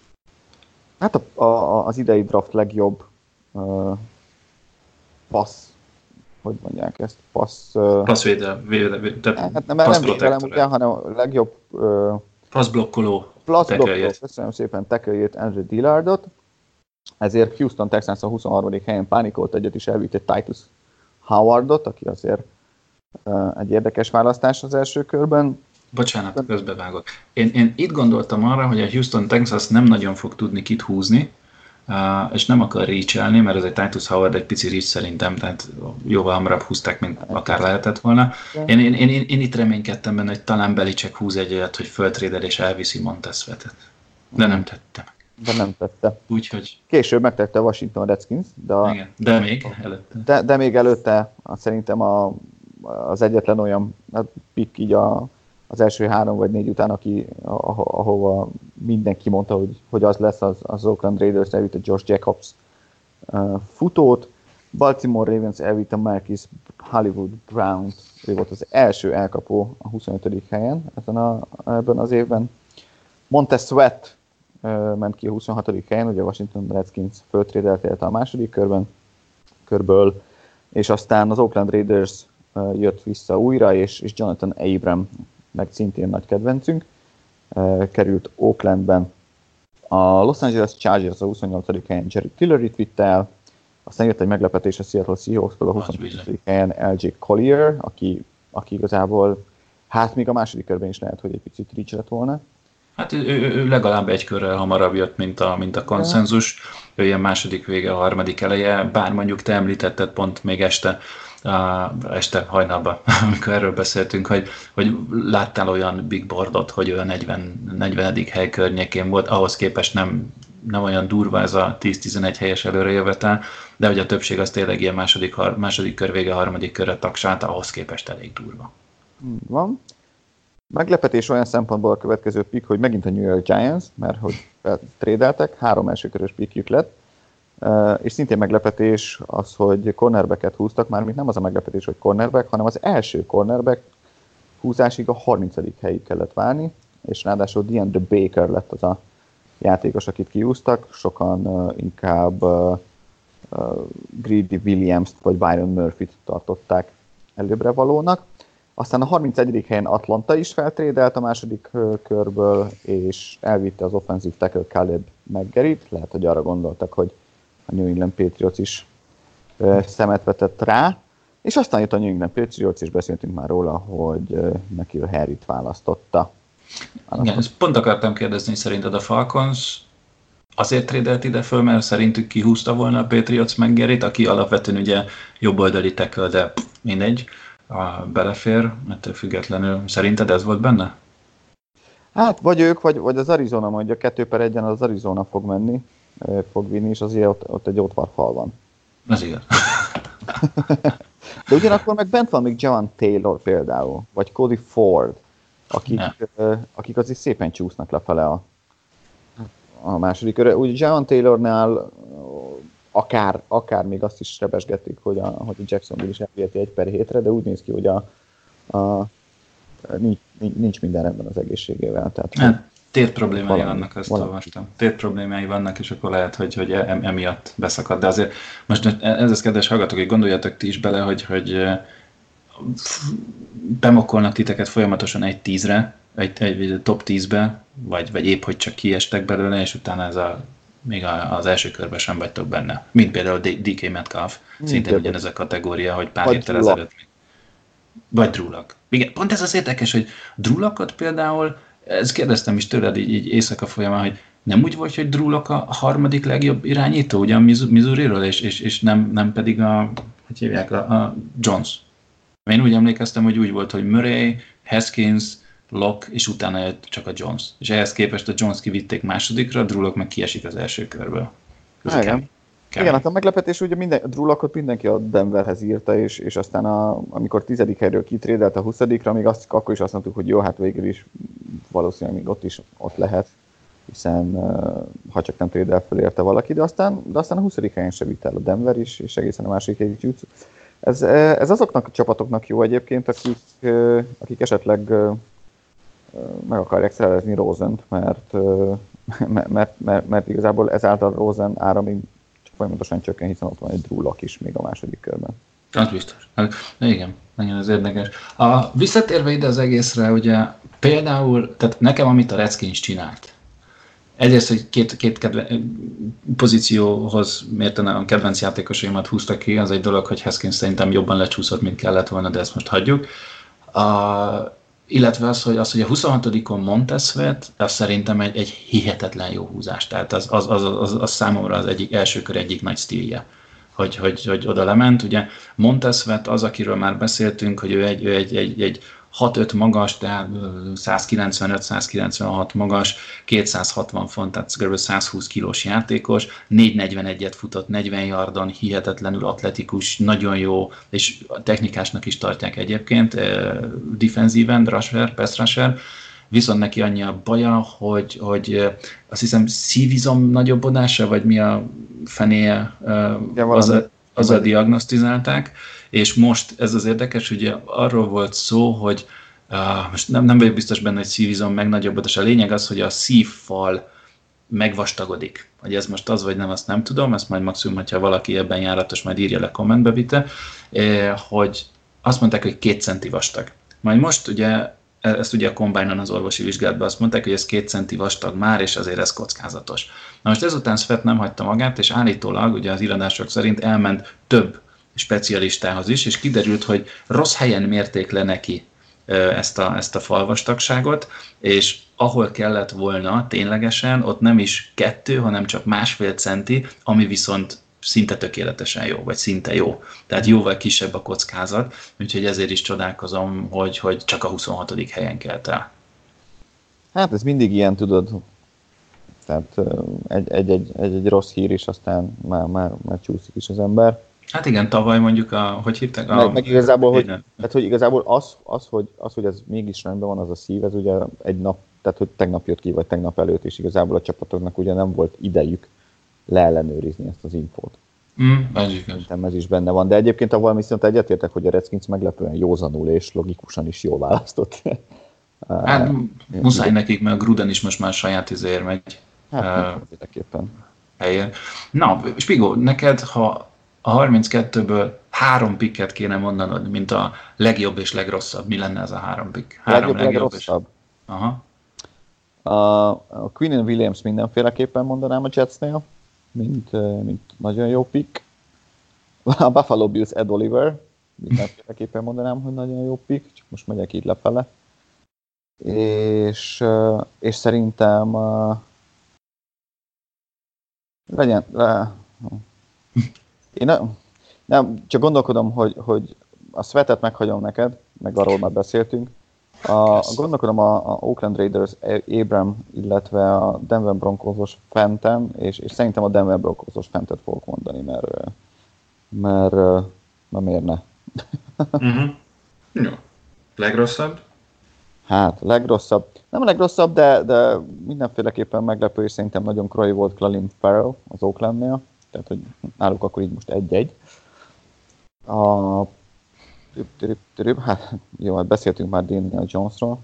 hát a, a, az idei draft legjobb uh, passz, hogy mondják ezt, passz... Uh, Passzvédelem, tehát hát nem, nem védelem, ugye, hanem a legjobb... Uh, passzblokkoló. Passzblokkoló, köszönöm szépen, tackle-jét Andrew Dillardot, ezért Houston Texans a huszonharmadik helyen pánikolt egyet, és elvitte Titus Howardot, aki azért uh, egy érdekes választás az első körben. Bocsánat, közbevágok. Én, én itt gondoltam arra, hogy a Houston Texans nem nagyon fog tudni kit húzni, uh, és nem akar reach-elni, mert ez egy Titus Howard egy pici reach szerintem, tehát jóval hamarabb húzták, mint akár lehetett volna. Én, én, én, én, én itt reménykedtem benne, hogy talán Belichick húz egy olyat, hogy föltrédel és elviszi Montez Sweatet. De nem tette meg. De nem tette. Úgyhogy... Később megtette a Washington Redskins, de, a, igen, de még előtte. De, de még előtte szerintem a, az egyetlen olyan pick így a, az első három vagy négy után, aki, ahova mindenki mondta, hogy, hogy az lesz, az, az Oakland Raiders elvitte Josh Jacobs uh, futót, Baltimore Ravens elvitte Marquis Hollywood Brown, ő volt az első elkapó a huszonötödik helyen ezen a, ebben az évben. Montez Sweat uh, ment ki a huszonhatodik helyen, ugye a Washington Redskins föltrédelt érte a második körben, körből, és aztán az Oakland Raiders uh, jött vissza újra, és, és Jonathan Abram, meg szintén nagy kedvencünk, uh, került Oaklandben A Los Angeles Chargers a huszonnyolcadik helyen Jerry Tilleryt vitt el, aztán jött egy meglepetés a Seattle Seahawks-tól a huszonkettődik helyen el jé Collier, aki, aki igazából, hát még a második körben is lehet, hogy egy picit reach lett volna. Hát ő, ő, ő legalább egy körrel hamarabb jött, mint a, mint a konszenzus. Ő ilyen második vége, a harmadik eleje, bár mondjuk te említetted pont még este, uh, este hajnalban, amikor erről beszéltünk, hogy, hogy láttál olyan big boardot, hogy ő a negyvenedik hely környékén volt, ahhoz képest nem, nem olyan durva ez a tíz-tizenegy helyes előrejövetel, de hogy a többség az tényleg ilyen második, második kör vége, harmadik körre tagsálta, ahhoz képest elég durva. Van. Meglepetés olyan szempontból a következő pick, hogy megint a New York Giants, mert hogy trédeltek, három elsőkörös pickjük lett, és szintén meglepetés az, hogy cornerbacket húztak, mármint nem az a meglepetés, hogy cornerback, hanem az első cornerback húzásig a harmincadik helyig kellett várni, és ráadásul DeAndre Baker lett az a játékos, akit kiúztak, sokan uh, inkább uh, uh, Greedy Williams-t vagy Byron Murphy-t tartották előbbre valónak. Aztán a harmincegyedik helyen Atlanta is feltrédelt a második körből, és elvitte az offensive tackle Caleb McGarryt. Lehet, hogy arra gondoltak, hogy a New England Patriots is szemet vetett rá. És aztán jött a New England Patriots, és beszéltünk már róla, hogy N'Keal Harryt választotta. Igen, ezt pont akartam kérdezni, szerinted a Falcons azért trédelt ide föl, mert szerintük kihúzta volna a Patriots McGarryt, aki alapvetően ugye jobboldali tackle, de mindegy. A belefér, ettől függetlenül. Szerinted ez volt benne? Hát, vagy ők, vagy, vagy az Arizona, mondja, kettő per egyen az Arizona fog menni, fog vinni, és azért ott, ott egy ótvarfal van. Ez igaz. De ugyanakkor meg bent van még Javon Taylor például, vagy Cody Ford, akik, akik azért szépen csúsznak lefele a, a második körre. Úgy Javon Taylornál Akár, akár még azt is rebesgetik, hogy a, hogy a Jacksonville is elviheti egy per hétre, de úgy néz ki, hogy a, a, nincs, nincs minden rendben az egészségével. Tehát, hát, tért problémái valami, vannak, azt valami. olvastam. Tért problémái vannak, és akkor lehet, hogy, hogy emiatt beszakad. De azért most ez az kedves hallgatók, hogy gondoljatok ti is bele, hogy, hogy bemokkolnak titeket folyamatosan egy tízre, egy, egy top tízbe, vagy, vagy épp, hogy csak kiestek belőle, és utána ez a még az első körben sem vagytok benne. Mint például dé ká Metcalf, szintén ugyanez a kategória, hogy pár héttel ezelőtt még. Vagy Drew Lock. Igen, pont ez az érdekes, hogy Drew Lockot például, ezt kérdeztem is tőled így, így éjszaka folyamán, hogy nem úgy volt, hogy Drew Lock a harmadik legjobb irányító, ugye a Missouriról, és, és, és nem, nem pedig a, hogy hívják, a, a Jones. Én úgy emlékeztem, hogy úgy volt, hogy Murray, Haskins, Lock, és utána jött csak a Jones. És ehhez képest a Jones kivitték másodikra, a Drew Lock meg kiesik az első körből. Igen. Kemény. Igen, hát a meglepetés, ugye minden, a Drew Lockot mindenki a Denverhez írta, és, és aztán a, amikor tizedik helyről kitrédelt a huszadikra, még azt, akkor is azt mondtuk, hogy jó, hát végül is valószínűleg még ott is ott lehet, hiszen ha csak nem trédel föl érte valaki, de aztán, de aztán a huszadik helyen se vitt el a Denver is, és egészen a második helyig jutsz. Ez, ez azoknak a csapatoknak jó egyébként, akik, akik esetleg meg akarják szerezni Rosent, mert, mert, mert, mert, mert igazából ezáltal Rosen ára még folyamatosan csökken, hiszen ott van egy Drew Lock is még a második körben. Az biztos. Igen, nagyon ez érdekes. A, visszatérve ide az egészre, ugye például, tehát nekem amit a Redskins csinált, egyrészt, hogy két, két kedve, pozícióhoz mérten a kedvenc játékosaimat húztak ki, az egy dolog, hogy Haskins szerintem jobban lecsúszott, mint kellett volna, de ezt most hagyjuk. A, illetve az, hogy, az, hogy a huszonhatodikon Montez-vet, az szerintem egy, egy hihetetlen jó húzás. Tehát az, az, az, az, az számomra az egyik első kör egyik nagy stílje, hogy, hogy, hogy oda lement. Ugye Montez-vet az, akiről már beszéltünk, hogy ő egy, ő egy, egy, egy hat öt magas, tehát százkilencvenöt százkilencvenhat magas, kétszázhatvan font, tehát kb. százhúsz kilós játékos, négyszáznegyvenegyet futott negyven yardon, hihetetlenül atletikus, nagyon jó, és technikásnak is tartják egyébként, defensíven, rusher, pass rusher, viszont neki annyi a baja, hogy, hogy azt hiszem szívizom nagyobbodása, vagy mi a fenéje, az a, az a diagnosztizálták, és most ez az érdekes, ugye arról volt szó, hogy uh, most nem, nem vagyok biztos benne, hogy szívizom megnagyobbodás. A lényeg az, hogy a szívfal megvastagodik. Hogy ez most az vagy nem, azt nem tudom, ezt majd maximum, hogyha valaki ebben járatos, majd írja le kommentbe vite, eh, hogy azt mondták, hogy két centi vastag. Majd most ugye ezt ugye a Combine-on az orvosi vizsgálatban azt mondták, hogy ez két centi vastag már, és azért ez kockázatos. Na most ezután Svet nem hagyta magát, és állítólag ugye az iradások szerint elment több specialistához is, és kiderült, hogy rossz helyen mérték le neki ezt a, ezt a falvastagságot, és ahol kellett volna ténylegesen, ott nem is kettő, hanem csak másfél centi, ami viszont szinte tökéletesen jó, vagy szinte jó. Tehát jóval kisebb a kockázat, úgyhogy ezért is csodálkozom, hogy, hogy csak a huszonhatodik helyen kelt el. Hát ez mindig ilyen, tudod, tehát egy-egy rossz hír is, aztán már, már, már csúszik is az ember. Hát igen, tavaly mondjuk, a, hogy hívták? A... Meg, meg igazából, hogy, tehát, hogy igazából az, az, hogy, az, hogy ez mégis rendben van, az a szív, ez ugye egy nap, tehát hogy tegnap jött ki, vagy tegnap előtt, és igazából a csapatoknak ugye nem volt idejük leellenőrizni ezt az infót. Mm, ez is, ez is benne van, de egyébként avval viszont egyetértek, hogy a Redskins meglepően józanul és logikusan is jól választott. Hát muszáj nekik, mert a Gruden is most már saját izéért megy. Hát mindenképpen. Helyen. Na, Spigó, neked, ha a harminckettőből három pikket kéne mondanod, mint a legjobb és legrosszabb, mi lenne ez a három pikk? Három legjobb, legjobb legrosszabb? És... Aha. A, a Quinnen Williams mindenféleképpen mondanám a Jetsnél, mint, mint nagyon jó pick. A Buffalo Bills Ed Oliver, mindenféleképpen mondanám, hogy nagyon jó pick, csak most megyek így lefele. És, és szerintem uh, legyen... Le, én nem, nem, csak gondolkodom, hogy, hogy a Svetet meghagyom neked, meg arról már beszéltünk. A, gondolkodom a, a Oakland Raiders Abram, illetve a Denver Broncos-os Fenten, és, és szerintem a Denver Broncos-os Fentet fogok mondani, mert, mert, mert miért ne? Uh-huh. Jó. Legrosszabb? Hát, legrosszabb. Nem a legrosszabb, de, de mindenféleképpen meglepő, és szerintem nagyon kroai volt Clelin Ferrell az Oaklandnél. Tehát, hogy náluk akkor így most egy-egy. A... Hát, jó, hát beszéltünk már Daniel Jonesról.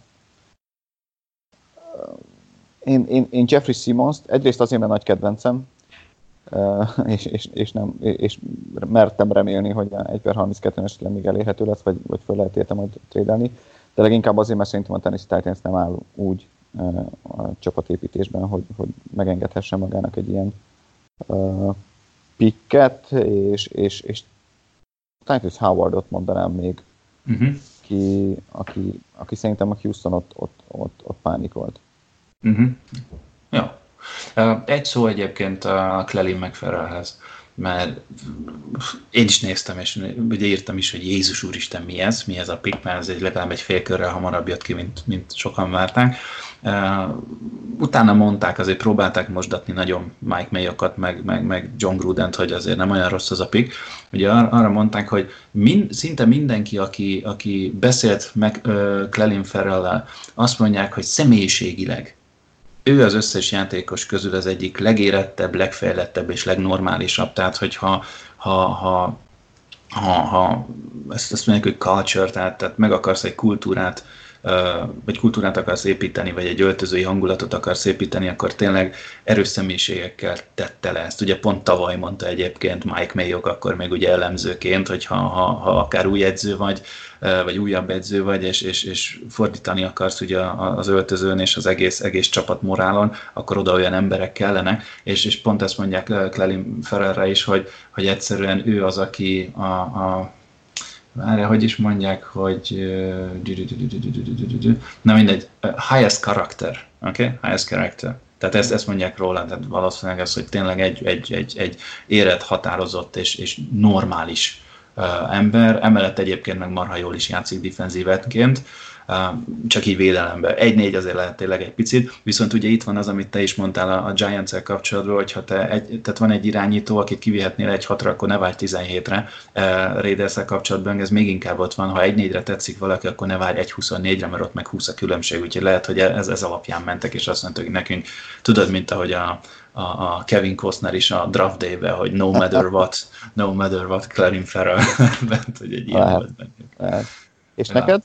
Én, én, én Jeffrey Simmons-t egyrészt azért, mert nagy kedvencem, és, és, és, nem, és mertem remélni, hogy egy per harminckettőn esetleg még elérhető lesz, vagy, vagy föl lehet érte majd trédelni, de leginkább azért, mert szerintem a Tennessee Titans nem áll úgy a csapatépítésben, hogy, hogy megengedhesse magának egy ilyen uh, picket, és, és, és Titus Howardot mondanám még, uh-huh. ki, aki, aki szerintem a Houston ott, ott, ott, ott pánikolt. Uh-huh. Ja. Egy szó egyébként a Clelin McFarrellhez, mert én is néztem, és ugye írtam is, hogy Jézus Úristen, mi ez? Mi ez a pick? Mert ez egy, legalább egy fél körrel hamarabb jött ki, mint, mint sokan várták. Uh, utána mondták, azért próbálták mosdatni nagyon Mike Mayokat, meg, meg, meg John Grudent, hogy azért nem olyan rossz az a pick. Ugye ar- arra mondták, hogy min- szinte mindenki, aki, aki beszélt meg uh, Clelin Ferrell-lel, azt mondják, hogy személyiségileg ő az összes játékos közül az egyik legérettebb, legfejlettebb és legnormálisabb. Tehát, hogyha ha, ha, ha, ha ezt, ezt mondják, hogy culture, tehát, tehát meg akarsz egy kultúrát, vagy kultúrát akarsz építeni, vagy egy öltözői hangulatot akarsz építeni, akkor tényleg erős személyiségekkel tette le ezt. Ugye pont tavaly mondta egyébként Mike Mayock, akkor még ugye elemzőként, hogy ha, ha, ha akár új edző vagy, vagy újabb edző vagy, és, és, és fordítani akarsz ugye az öltözőn és az egész, egész csapat morálon, akkor oda olyan emberek kellenek, és, és pont ezt mondják Clelin Ferrellre is, hogy, hogy egyszerűen ő az, aki a, a Várja, hogy is mondják, hogy na mindegy, highest character, oké? Okay? Highest character. Tehát ezt, ezt mondják róla, tehát valószínűleg ez, hogy tényleg egy, egy, egy, egy érett, határozott és, és normális uh, ember, emellett egyébként meg marha jól is játszik defenzívetként, uh, csak így védelemben. egy-négy azért lehet tényleg egy picit, viszont ugye itt van az, amit te is mondtál a, a Giants-el kapcsolatban, hogyha te egy, tehát van egy irányító, akit kivihetnél egy hatra, akkor ne várj tizenhétre uh, Raiders-el kapcsolatban, ez még inkább ott van, ha egy-négyre tetszik valaki, akkor ne várj egy huszonnégyre, mert ott meg húsz a különbség, úgyhogy lehet, hogy ez, ez alapján mentek, és azt mondtuk, hogy nekünk, tudod, mint ahogy a A, a Kevin Costner is a Draft Day-ben, hogy no matter what, no matter what, Clelin Ferrell bent, hogy egy ilyen volt bennünk. És ja. Neked?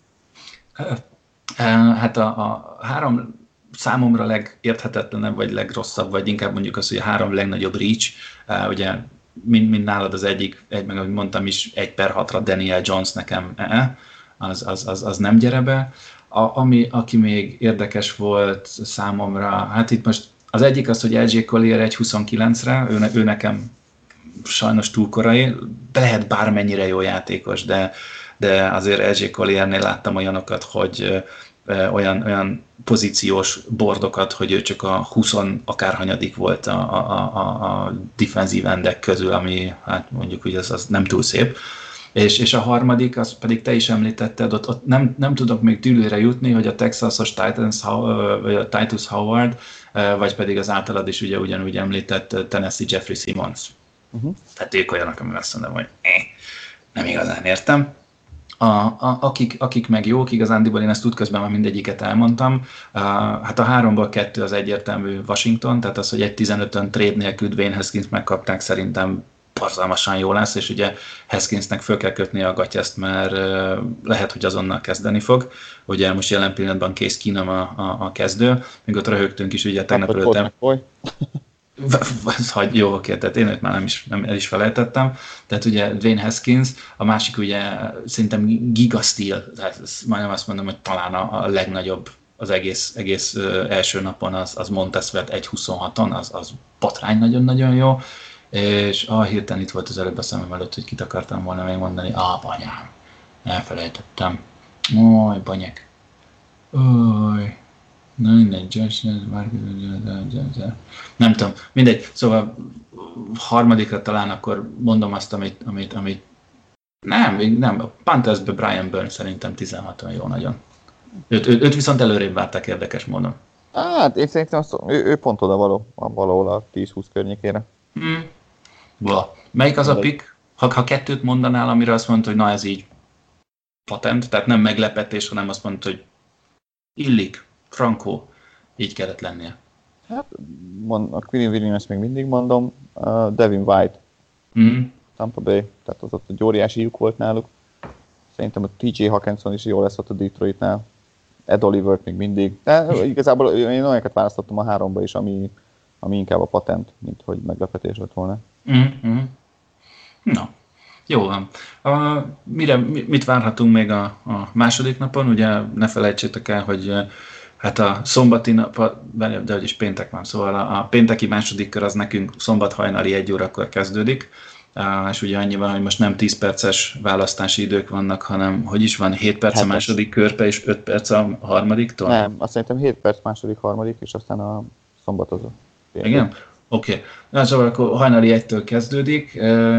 Hát a, a három számomra legérthetetlenebb, vagy legrosszabb, vagy inkább mondjuk az, hogy a három legnagyobb reach, ugye mind, mind nálad az egyik, egy, meg ahogy mondtam is, egy per hatra Daniel Jones nekem, az, az, az, az nem gyere be. a, ami, aki még érdekes volt számomra, hát itt most az egyik az, hogy el jé Collier egy huszonkilencre, ő, ő nekem sajnos túl korai, lehet bármennyire jó játékos, de, de azért el jé Colliernél láttam olyanokat, hogy ö, olyan, olyan pozíciós bordokat, hogy ő csak a húsz akárhanyadik volt a, a, a, a defensív endek közül, ami hát mondjuk, hogy az, az nem túl szép. És, és a harmadik, az pedig te is említetted, ott, ott nem, nem tudok még dűlőre jutni, hogy a Texasos Titans, vagy a Titus Howard, vagy pedig az általad is ugye ugyanúgy említett Tennessee Jeffrey Simmons. Uh-huh. Tehát ők olyanok, amik azt mondom, hogy eh, nem igazán értem. A, a, akik, akik meg jók, igazándiból én ezt útközben már mindegyiket elmondtam. A, hát a háromból kettő az egyértelmű Washington, tehát az, hogy egy tizenötön trade nélkül Dwayne Haskins megkapták, szerintem borzalmasan jó lesz, és ugye Haskinsnek föl kell kötni a gatyaszt, mert uh, lehet, hogy azonnal kezdeni fog. Ugye most jelen pillanatban Case Keenum a, a, a kezdő, még ott röhögtünk is, ugye tegnap előttem. Hagy, jó, oké, tehát én őt már nem is, nem, el is felejtettem. Tehát ugye Dwayne Haskins, a másik ugye szerintem gigasztíl, tehát majdnem azt mondom, hogy talán a, a legnagyobb az egész, egész uh, első napon az, az Montez Sweat egy huszonhaton, az, az botrány nagyon-nagyon jó. És ah, hirtelen itt volt az előbb a szemem előtt, hogy kit akartam volna még mondani. Ah, banyám, elfelejtettem. Oj, banyek. Oj. Na mindegy, Josh, nem tudom, mindegy. Szóval harmadikra talán akkor mondom azt, amit, amit, amit nem, nem, a Panthersbe Brian Burns szerintem tizenhaton jó nagyon. Őt, őt, őt viszont előrébb várták érdekes módon. Hát én szerintem azt, ő, ő pont oda való, valahol a tíz-húsz környékére. Hmm. Bla. Melyik az a pick? Ha, ha kettőt mondanál, amire azt mondta, hogy na ez így patent, tehát nem meglepetés, hanem azt mondta, hogy illik, frankó, így kellett lennie. Hát a Quinn Williams még mindig mondom, uh, Devin White, mm. Tampa Bay, tehát az ott egy óriási lyuk volt náluk. Szerintem a té jé Hawkinson is jó lesz ott a Detroitnál. Ed Olivert még mindig. De igazából én olyanokat választottam a háromba is, ami, ami inkább a patent, mint hogy meglepetés lett volna. Mm-hmm. Na, jó van. A, mire, mit várhatunk még a, a második napon? Ugye ne felejtsétek el, hogy hát a szombati nap, de hogy is péntek van, szóval a, a pénteki második kör az nekünk szombat hajnali egy órakor kezdődik, és ugye annyi van, hogy most nem tíz perces választási idők vannak, hanem hogy is van, hét perc a második körbe és öt perc a harmadiktól? Nem, azt szerintem hét perc második, harmadik, és aztán a szombatozó. Igen? Oké. Okay. Na, szóval akkor hajnali egytől kezdődik,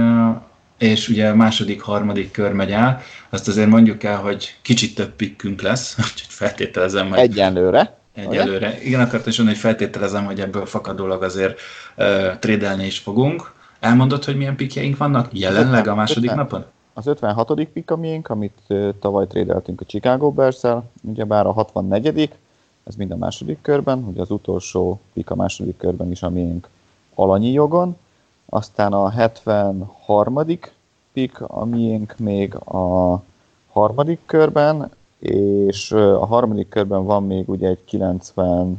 és ugye a második, harmadik kör megy el. Azt azért mondjuk el, hogy kicsit több pikkünk lesz, úgyhogy feltételezem, hogy... Egyenlőre. Egyelőre. Ugye? Igen, akartam is mondani, hogy feltételezem, hogy ebből fakadólag azért uh, trédelni is fogunk. Elmondod, hogy milyen pikkjeink vannak jelenleg a második ötven, napon? Az ötvenhatodik pikk a miénk, amit uh, tavaly trédeltünk a Chicago Bears-szel, ugyebár a hatvannegyedik ez mind a második körben, ugye az utolsó pikk a második körben is a miénk alanyi jogon, aztán a hetvenharmadik pikk a miénk még a harmadik körben, és a harmadik körben van még ugye egy kilencven,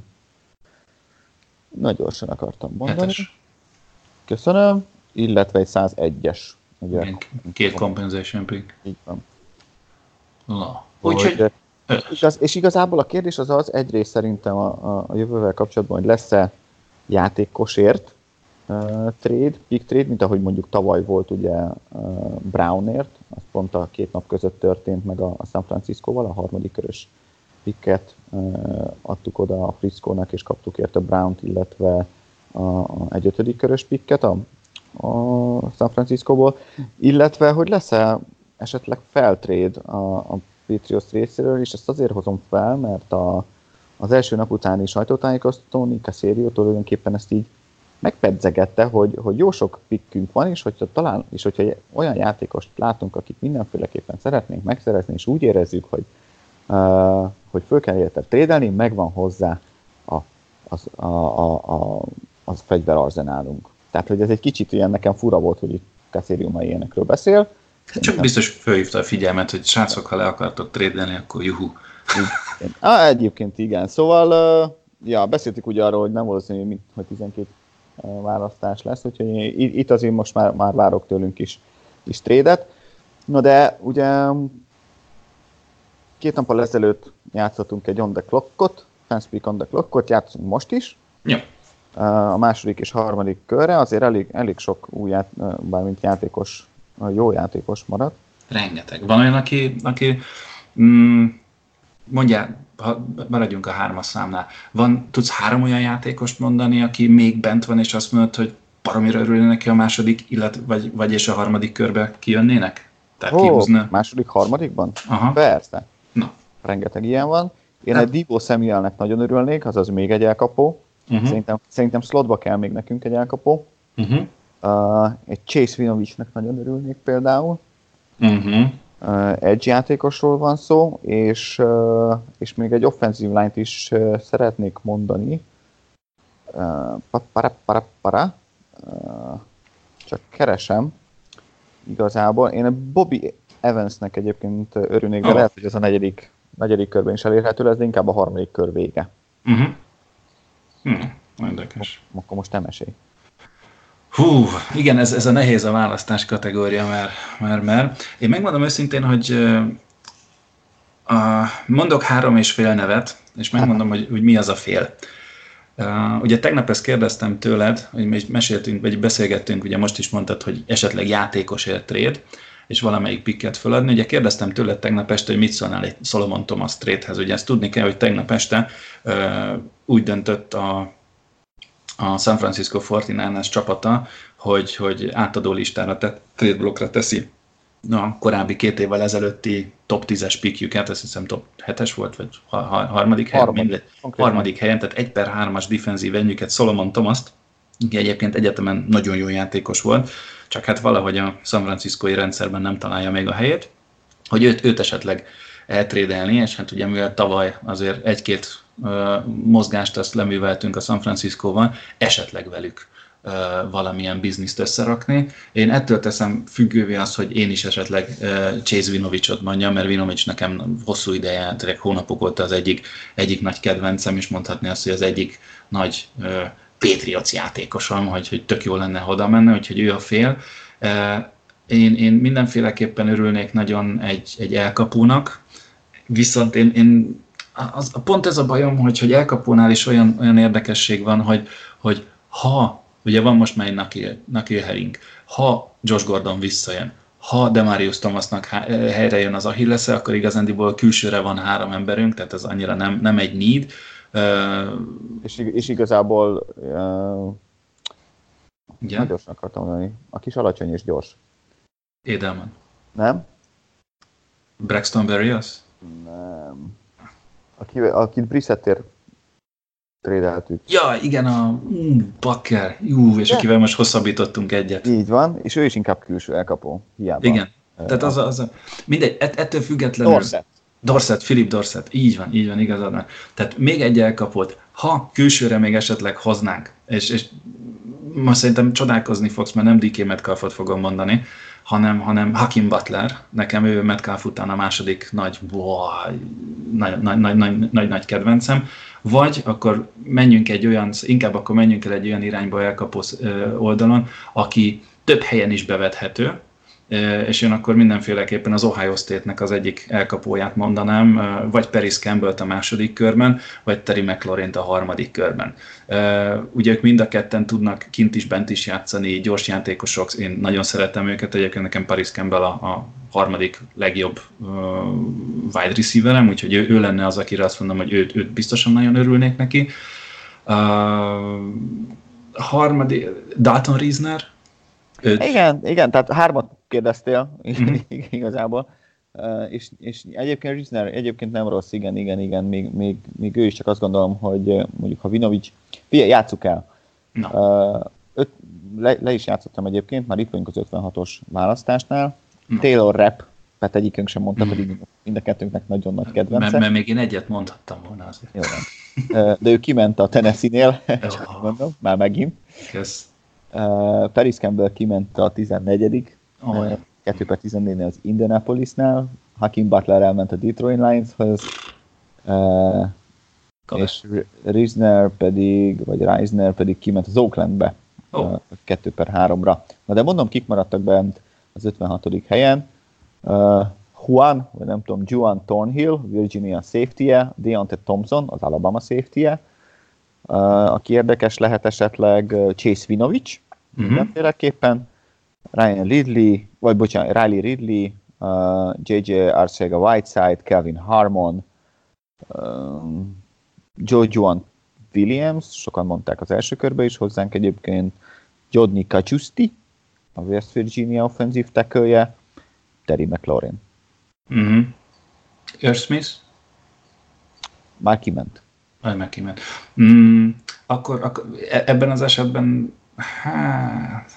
nagyon gyorsan akartam mondani. Hetes. Köszönöm, illetve egy százegyes. Ugye, két compensation pick. Így van. Na, úgyhogy... Igaz, és igazából a kérdés az az, egyrészt szerintem a, a, a jövővel kapcsolatban, hogy lesz-e játékosért uh, trade, pick trade, mint ahogy mondjuk tavaly volt ugye uh, Brownért, az pont a két nap között történt meg a, a San Franciscóval, a harmadik körös picket uh, adtuk oda a Frisco-nak, és kaptuk érte Brownt, illetve a, a, egy ötödik körös picket a, a San Franciscóból, illetve hogy lesz-e esetleg feltrade a, a Patriots részéről, és ezt azért hozom fel, mert a, az első nap utáni sajtótájékoztató Nick Caserio tulajdonképpen ezt így megpedzegette, hogy, hogy jó sok pikkünk van, és hogyha, talán, és hogyha olyan játékost látunk, akit mindenféleképpen szeretnénk megszerezni, és úgy érezzük, hogy, uh, hogy föl kell érte trédelni, megvan hozzá a, az, a, a, a, az fegyverarzenálunk. Tehát, hogy ez egy kicsit ilyen nekem fura volt, hogy itt Caserio már ilyenekről beszél. Csak biztos fölhívta a figyelmet, hogy srácok, ha le akartok trédelni, akkor juhu. Ah, egyébként igen. Szóval, uh, ja, beszéltük ugye arról, hogy nem valószínű, hogy tizenkét uh, választás lesz, úgyhogy itt azért most már, már várok tőlünk is, is trédet. No de ugye két nappal ezelőtt játszottunk egy on the clockot, Fanspeak on the clockot, játszunk most is. Ja. A második és harmadik körre azért elég, elég sok új ját, bármint játékos, jó játékos maradt. Rengeteg. Van olyan, aki, aki mm, mondjál, ha maradjunk a hármas számnál, van, tudsz három olyan játékost mondani, aki még bent van, és azt mondod, hogy baromira örülne neki a második, illetve vagy, vagy és a harmadik körbe kijönnének? Tehát oh, kihúzna? Második, harmadikban? Aha. Persze. Na. Rengeteg ilyen van. Én Hát. egy Deebo Samuelnek nagyon örülnék, azaz még egy elkapó. Uh-huh. Szerintem, szerintem slotba kell még nekünk egy elkapó. Uh-huh. Uh, egy Chase Winovicnek nagyon örülnék például. Uh-huh. Uh, egy játékosról van szó, és, uh, és még egy offensive line-t is uh, szeretnék mondani. Uh, para, para, para. Uh, csak keresem. Igazából én Bobby Evansnek egyébként örülnék, de oh. lehet, hogy ez a negyedik, negyedik körben is elérhető lesz, de inkább a harmadik kör vége. Uh-huh. Hmm, érdekes. Akkor most nem esély. Hú, igen, ez, ez a nehéz a választás kategória, mert, mert, mert én megmondom őszintén, hogy uh, uh, mondok három és fél nevet, és megmondom, hogy, hogy mi az a fél. Uh, ugye tegnap ezt kérdeztem tőled, hogy mi meséltünk, vagy beszélgettünk, ugye most is mondtad, hogy esetleg játékosért trade, és valamelyik picket föladni. Ugye kérdeztem tőled tegnap este, hogy mit szólnál egy Solomon Thomas trade-hez. Ugye ezt tudni kell, hogy tegnap este uh, úgy döntött a, a San Francisco negyvenkilences csapata, hogy, hogy átadó listára, te, trade blokkra teszi a korábbi két évvel ezelőtti top tízes pickjüket, azt hiszem top hetes volt, vagy ha, ha, harmadik helyen, mindegy, harmadik helyen, tehát egy per hármas defenzív ennyüket, Solomon Thomast, aki egyébként egyetemen nagyon jó játékos volt, csak hát valahogy a San Franciscói rendszerben nem találja még a helyét, hogy őt, őt esetleg eltrédelni, és hát ugye mivel tavaly azért egy-két uh, mozgást azt leműveltünk a San Franciscóval, esetleg velük uh, valamilyen bizniszt összerakni. Én ettől teszem függővé azt, hogy én is esetleg uh, Chase Winovicot mondjam, mert Winovich nekem hosszú ideje, tehát hónapok óta az egyik, egyik nagy kedvencem, és mondhatni azt, hogy az egyik nagy uh, Patriots játékosom, hogy, hogy tök jó lenne oda menni, úgyhogy ő a fél. Én, én mindenféleképpen örülnék nagyon egy, egy elkapónak, viszont én, én az, pont ez a bajom, hogy, hogy elkapónál is olyan, olyan érdekesség van, hogy, hogy ha, ugye van most már egy Nakil, Nakil Herring, ha Josh Gordon visszajön, ha Demarius Thomasnak helyre jön az Achillesze, akkor igazándiból külsőre van három emberünk, tehát ez annyira nem, nem egy need. Uh, és, és igazából uh, yeah. nagy gyorsan akartam mondani, a kis alacsony és gyors. Edelman. Nem? Braxton Berrios? Nem. Aki, akit Brissettért trédeltük. Ja, igen, a mm, Bakker, Jú, és yeah. akivel most hosszabbítottunk egyet. Így van, és ő is inkább külső elkapó. Hiába. Igen, uh, tehát az a, az a mindegy, ett, ettől függetlenül... Dorsett. Dorsett, Philip Dorsett, így van, így van, igazad van. Tehát még egy elkapott, ha külsőre még esetleg hoznánk, és, és most szerintem csodálkozni fogsz, mert nem dé ká Metcalfot fogom mondani, hanem, hanem Hakeem Butler, nekem ő Metcalf után a második nagy, boah, nagy, nagy, nagy, nagy, nagy, nagy kedvencem, vagy akkor menjünk egy olyan, inkább akkor menjünk el egy olyan irányba elkapó oldalon, aki több helyen is bevethető, és én akkor mindenféleképpen az Ohio State-nek az egyik elkapóját mondanám, vagy Paris Campbell-t a második körben, vagy Terry McLaurin-t a harmadik körben. Ugye ők mind a ketten tudnak kint is, bent is játszani, gyors játékosok, én nagyon szeretem őket, egyébként nekem Paris Campbell a, a harmadik legjobb uh, wide receiverem, úgyhogy ő, ő lenne az, akire azt mondom, hogy őt, őt biztosan nagyon örülnék neki. Uh, harmadik, Dalton Risner. Őt... Igen, igen, tehát hármat kérdeztél mm-hmm. igazából, uh, és, és egyébként Risner egyébként nem rossz, igen, igen, igen, még, még, még ő is, csak azt gondolom, hogy mondjuk ha Winovich, figyelj, játsszuk el. No. Uh, öt, le, le is játszottam egyébként, már itt vagyunk az ötvenhatos választásnál. No. Taylor Rapp, tehát egyikünk sem mondta, mm. pedig mind a kettőnknek nagyon nagy kedvence. Mert, mert még én egyet mondhattam volna azért. Jó, uh, de ő kiment a Tennessee-nél, csak oh. mondom, már megint. Kösz. Uh, Paris Campbell kiment a tizennegyedik Oh. uh, kettő per tizennégynél az Indianapolisnál, Hakeem Butler elment a Detroit Lionshoz, uh, és Risner pedig, vagy Reisner pedig kiment az Oaklandbe oh. uh, kettő per háromra. Na de mondom, kik maradtak bent az ötvenhatodik helyen. Uh, Juan, vagy nem tudom, Juan Thornhill, Virginia safety-je, Deontay Thompson, az Alabama safety-je, uh, aki érdekes lehet esetleg Chase Winovich, uh-huh. mindenféleképpen, Ryan Ridley, vagy bocsánat, Riley Ridley, uh, jé jé Arcega-Whiteside, Kelvin Harmon, um, Jojuan Williams, sokan mondták az első körben is hozzánk egyébként, Jodny Kajusti, a West Virginia offensive tackle-je, Terry McLaurin. Uh-huh. Irv Smith? Már kiment. Már kiment. Mm, akkor, akkor ebben az esetben hát...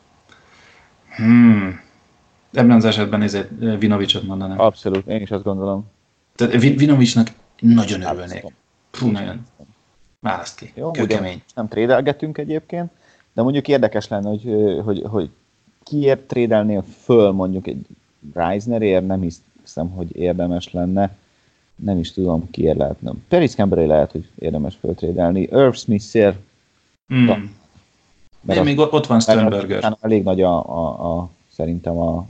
Hmm. Ebben az esetben ezért Winovichot mondanám. Abszolút, én is azt gondolom. Tehát Winovichnak nagyon örülnék. Fú, nagyon. Választ ki. Jó, kőkemény. Nem trédelgetünk egyébként, de mondjuk érdekes lenne, hogy, hogy, hogy kiért trédelnél föl mondjuk egy Reisnerért, nem hiszem, hogy érdemes lenne. Nem is tudom, kiért lehetne. Paris Campbell lehet, hogy érdemes föltrédelni. Irv Smith-ért. Mm. Mert még ott van Sternberger. Elég nagy a, a, a, szerintem a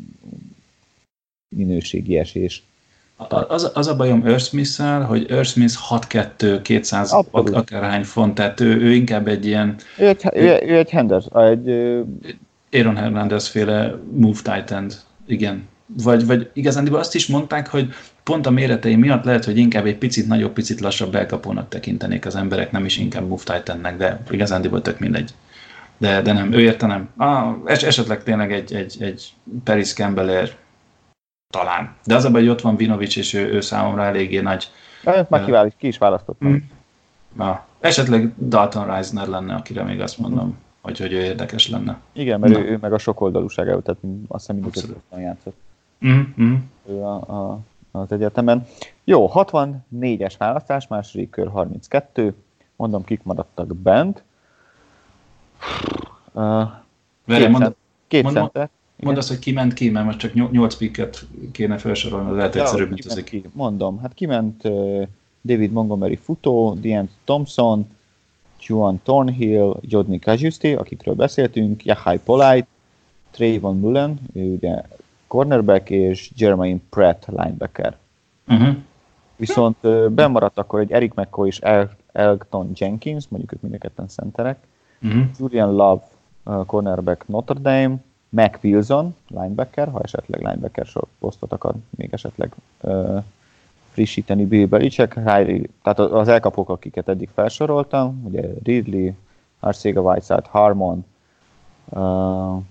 minőségi esés. Az, az a bajom Irv Smith-szel, hogy Irv Smith hat kettő kétszáz ak- akárhány font, tehát ő, ő inkább egy ilyen... Ő egy, ő, ő egy Henders, egy... Aaron Hernandez féle move tight end, igen. Vagy, vagy igazándiból azt is mondták, hogy pont a méretei miatt lehet, hogy inkább egy picit nagyobb, picit lassabb elkapónak tekintenék az emberek, nem is inkább move tight endnek, de igazándiból tök mindegy. De, de nem, ő érte nem. Ah, es, esetleg tényleg egy, egy, egy Paris Campbell-ér talán. De az a baj, hogy ott van Winovich, és ő, ő számomra eléggé nagy. Már kiválaszt, ki is választottam. Mm. Ah, esetleg Dalton Reisner lenne, akire még azt mondom, mm. hogy, hogy ő érdekes lenne. Igen, mert ő, ő meg a sokoldalúsága, tehát azt hiszem mindig közösen játszott. Mm-hmm. Ő a, a, az egyetemen. Jó, hatvannégyes választás, második kör harminckettő. Mondom, kik maradtak bent. Uh, Várj, két mond, cent, két mond, center. Mondd azt, hogy kiment ki, mert most csak nyolc picket kéne felsorolni, lehet ja, egyszerűbb, mint ezek. Ki. Mondom, hát kiment uh, David Montgomery futó, Deontay Thompson, Juan Thornhill, Jodny Kajusti, akikről beszéltünk, Yahai Polite, Trayvon Mullen, ő ugye cornerback, és Jermaine Pratt linebacker. Uh-huh. Viszont uh, bemaradt akkor egy Eric McCoy és El- Elgton Jenkins, mondjuk ők mind a ketten centerek, uh-huh. Julian Love, uh, cornerback Notre Dame, Mac Wilson, linebacker, ha esetleg linebacker posztot akar még esetleg uh, frissíteni Bill Belichick, Riley, tehát az elkapók, akiket eddig felsoroltam, ugye Ridley, Arcega-Whiteside, Harmon, uh,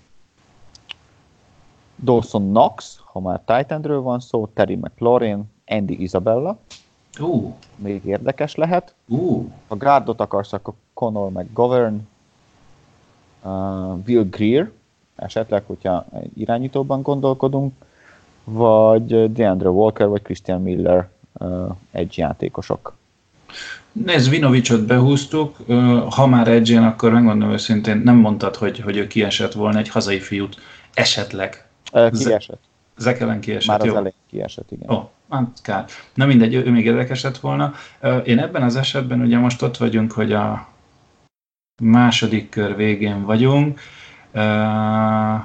Dawson Knox, ha már tight endről van szó, Terry McLaurin, Andy Isabella, uh. még érdekes lehet. Uh. Ha guardot akarsz, akkor Connor McGovern, uh, Will Greer, esetleg, hogyha irányítóban gondolkodunk, vagy DeAndre Walker, vagy Christian Miller uh, edge játékosok. Nézd, Winovichot behúztuk, ha már edge-en, akkor megmondom őszintén, nem mondtad, hogy, hogy ő kiesett volna egy hazai fiút, esetleg. Uh, kiesett. Zach Allen kiesett, már az jó. elején kiesett, igen. Ó, oh, hát kár. Na mindegy, ő, ő még érdekes lett volna. Én ebben az esetben ugye most ott vagyunk, hogy a második kör végén vagyunk. Uh,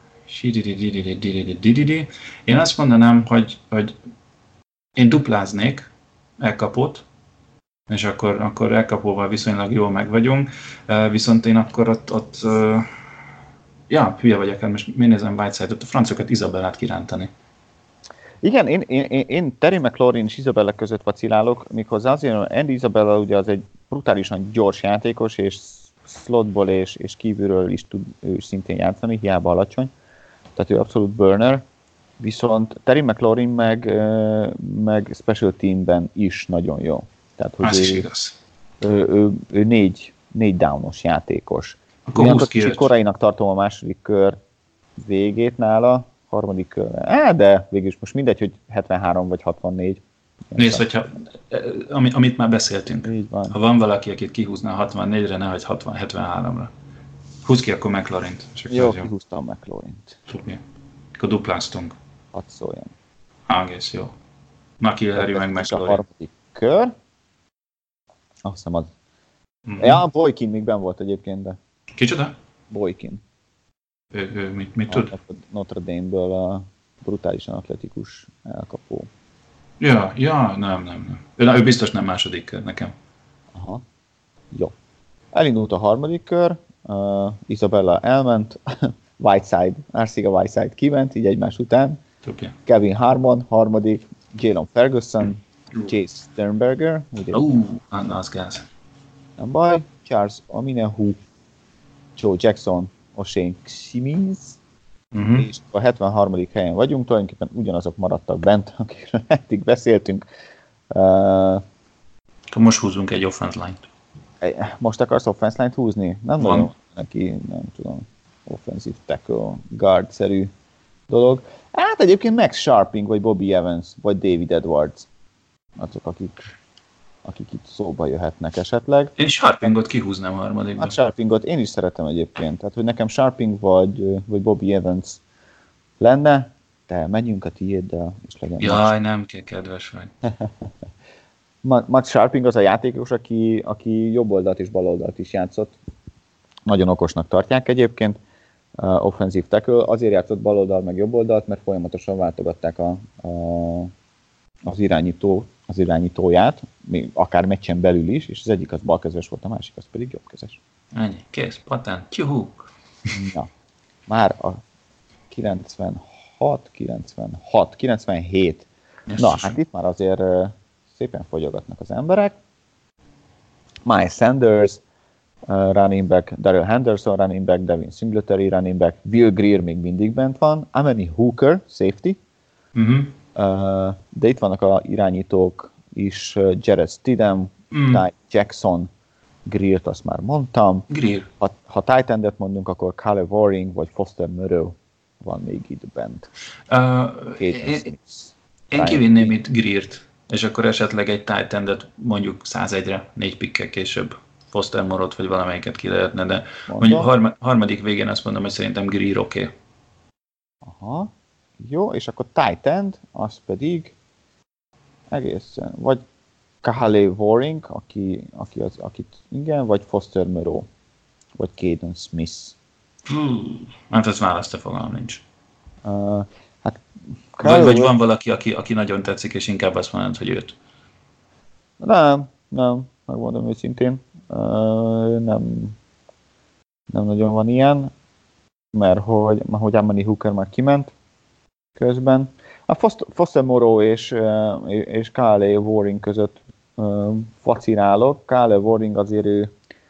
Én azt mondanám, hogy, hogy én dupláznék elkapót, és akkor, akkor elkapóval viszonylag jól meg vagyunk, uh, viszont én akkor ott, ott uh, ja, hülye vagyok, most mi nézem Whiteside-ot, a francokat Isabellát kirántani. Igen, én, én, én Terry McLaurin és Isabella között vacilálok, méghozzá azért, hogy Andy Isabella ugye az egy brutálisan gyors játékos, és slotból és, és kívülről is tud ő szintén játszani, hiába alacsony. Tehát ő abszolút burner. Viszont Terry McLaurin meg, meg special teamben is nagyon jó. Tehát, hogy ő, ő, ő, ő négy, négy downos játékos. Akkor kicsit korainak tartom a második kör végét nála, harmadik kör. Á, de végülis most mindegy, hogy hetvenhárom vagy hatvannégy. Nézd, hogyha, amit már beszéltünk, van. Ha van valaki, akit kihúzná hatvannégyre, nehogy hatvan hetvenháromra. Húzz ki akkor McLaurint. Jó, kihúztam McLaurint. Tudni. Akkor dupláztunk. Hadd szóljon. Egész jó. Naki Harry meg McLaurin. A harmadik kör. Azt hiszem az. Mm-hmm. Ja, Boykin még benn volt egyébként, de... Kicsoda? Boykin. Ő, ő mit, mit tud? Notre Dame-ből a brutálisan atletikus elkapó. Ja, ja, nem, nem, nem. Ő, ő biztos nem második kör nekem. Aha. Jó. Elindult a harmadik kör, uh, Isabella elment, Whiteside, Arcega Whiteside kiment, így egymás után. Okay. Kevin Harmon, harmadik, Jalen Ferguson, Chase Sternberger. Ó, uh, az gáz. Nem baj, Charles Omenihu, Joe Jackson, O'Shane Ximins, uh-huh. és a hetvenharmadik helyen vagyunk, tulajdonképpen ugyanazok maradtak bent, akikről eddig beszéltünk. Uh, Most húzunk egy offense line-t. Most akarsz offense line-t húzni? Nem Van. nagyon neki, nem tudom, offensive tackle, guard-szerű dolog. Hát egyébként Max Sharping, vagy Bobby Evans, vagy David Edwards. Azok, akik, akik itt szóba jöhetnek esetleg. Én Sharpingot kihúznám harmadikban. Hát Sharpingot én is szeretem egyébként. Tehát, hogy nekem Sharping vagy, vagy Bobby Evans lenne, de menjünk a tiéddel, és legyen. Jaj, nem kell, kedves vagy. Max Sharping az a játékos, aki, aki jobb oldalt és bal oldalt is játszott. Nagyon okosnak tartják egyébként. Uh, offensive tackle. Azért játszott bal oldalt meg jobb oldalt, mert folyamatosan váltogatták a, a, az, irányító, az irányítóját, még akár meccsen belül is, és az egyik az balkezes volt, a másik az pedig jobbkezes. Ennyi, kész, patent, tyuhúk. Na, már a kilencvenhat, kilencvenhat, kilencvenhét. Yes, Na, hát itt már azért uh, szépen fogyogatnak az emberek. Miles Sanders, uh, running back, Daryl Henderson running back, Devin Singletary running back, Will Greer még mindig bent van, Amani Hooker, safety, uh-huh. uh, de itt vannak a irányítók is, uh, Jared Stidham, mm. Ty Jackson, Greert azt már mondtam. Greer. Ha, ha tight endet mondunk, akkor Caleb Waring vagy Foster Moreau van még itt bent. Uh, én én kivinném itt Greert, és akkor esetleg egy tight endet mondjuk százegyre, négy pikkkel később Foster Moreau-t, vagy valamelyiket ki lehetne, de mondom. Mondjuk harma, harmadik végén azt mondom, hogy szerintem Greer oké. Okay. Aha, jó, és akkor tight end, az pedig egészen, vagy Caleb Waring, aki, aki az, akit igen, vagy Foster Moreau, vagy Caden Smith. Hmm, hát ez választ, fogalmam nincs. Uh, hát, vagy, vagy van valaki, aki, aki nagyon tetszik, és inkább azt mondod, hogy őt. Nem, nem, megmondom őszintén. Uh, nem, nem nagyon van ilyen, mert hogy, hogy Amani Hooker már kiment közben. A Foster, Foster Moreau és, és Caleb Waring között uh, vacilálok. Caleb Waring azért ő,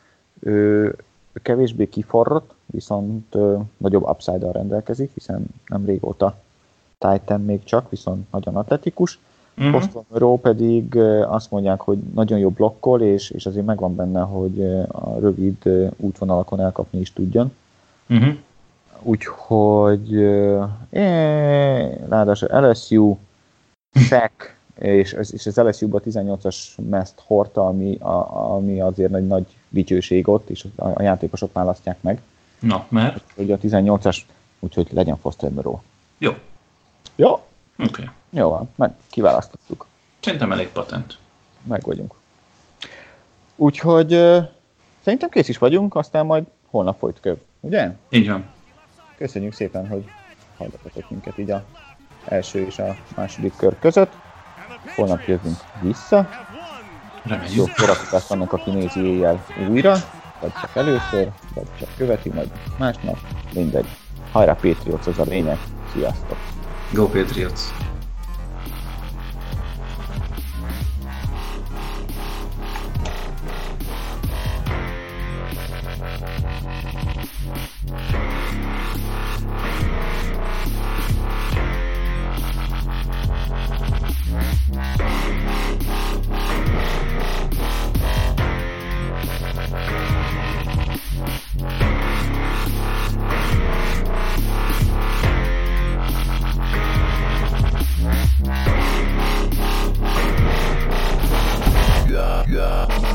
ő kevésbé kiforrott, viszont uh, nagyobb upside-dal rendelkezik, hiszen nem régóta Titan még csak, viszont nagyon atletikus. Uh-huh. Foster Moreau pedig uh, azt mondják, hogy nagyon jó blokkol, és, és azért megvan benne, hogy uh, a rövid uh, útvonalakon elkapni is tudjon. Uh-huh. Úgyhogy uh, eh, ráadásul el es u, Sack, és, és az el es u-ban tizennyolcas meszt hordta, ami, a, ami azért nagy, nagy dicsőség ott, és a, a játékosok választják meg. Na, mert? Ugye a tizennyolcas, úgyhogy legyen Foster Moreau. Jó. Jó? Oké. Okay. Jó van, meg kiválasztottuk. Szerintem elég patent. Meg vagyunk. Úgyhogy uh, szerintem kész is vagyunk, aztán majd holnap folyt köv, ugye? Így van. Köszönjük szépen, hogy hallgattatok minket így a első és a második kör között. Holnap jövünk vissza. Reméljük. Jó szórakozást annak, aki nézi éjjel újra, vagy csak először, vagy csak követi, majd másnap, mindegy. Hajrá Patriots, az a lényeg. Sziasztok! Go Patriots! Yeah.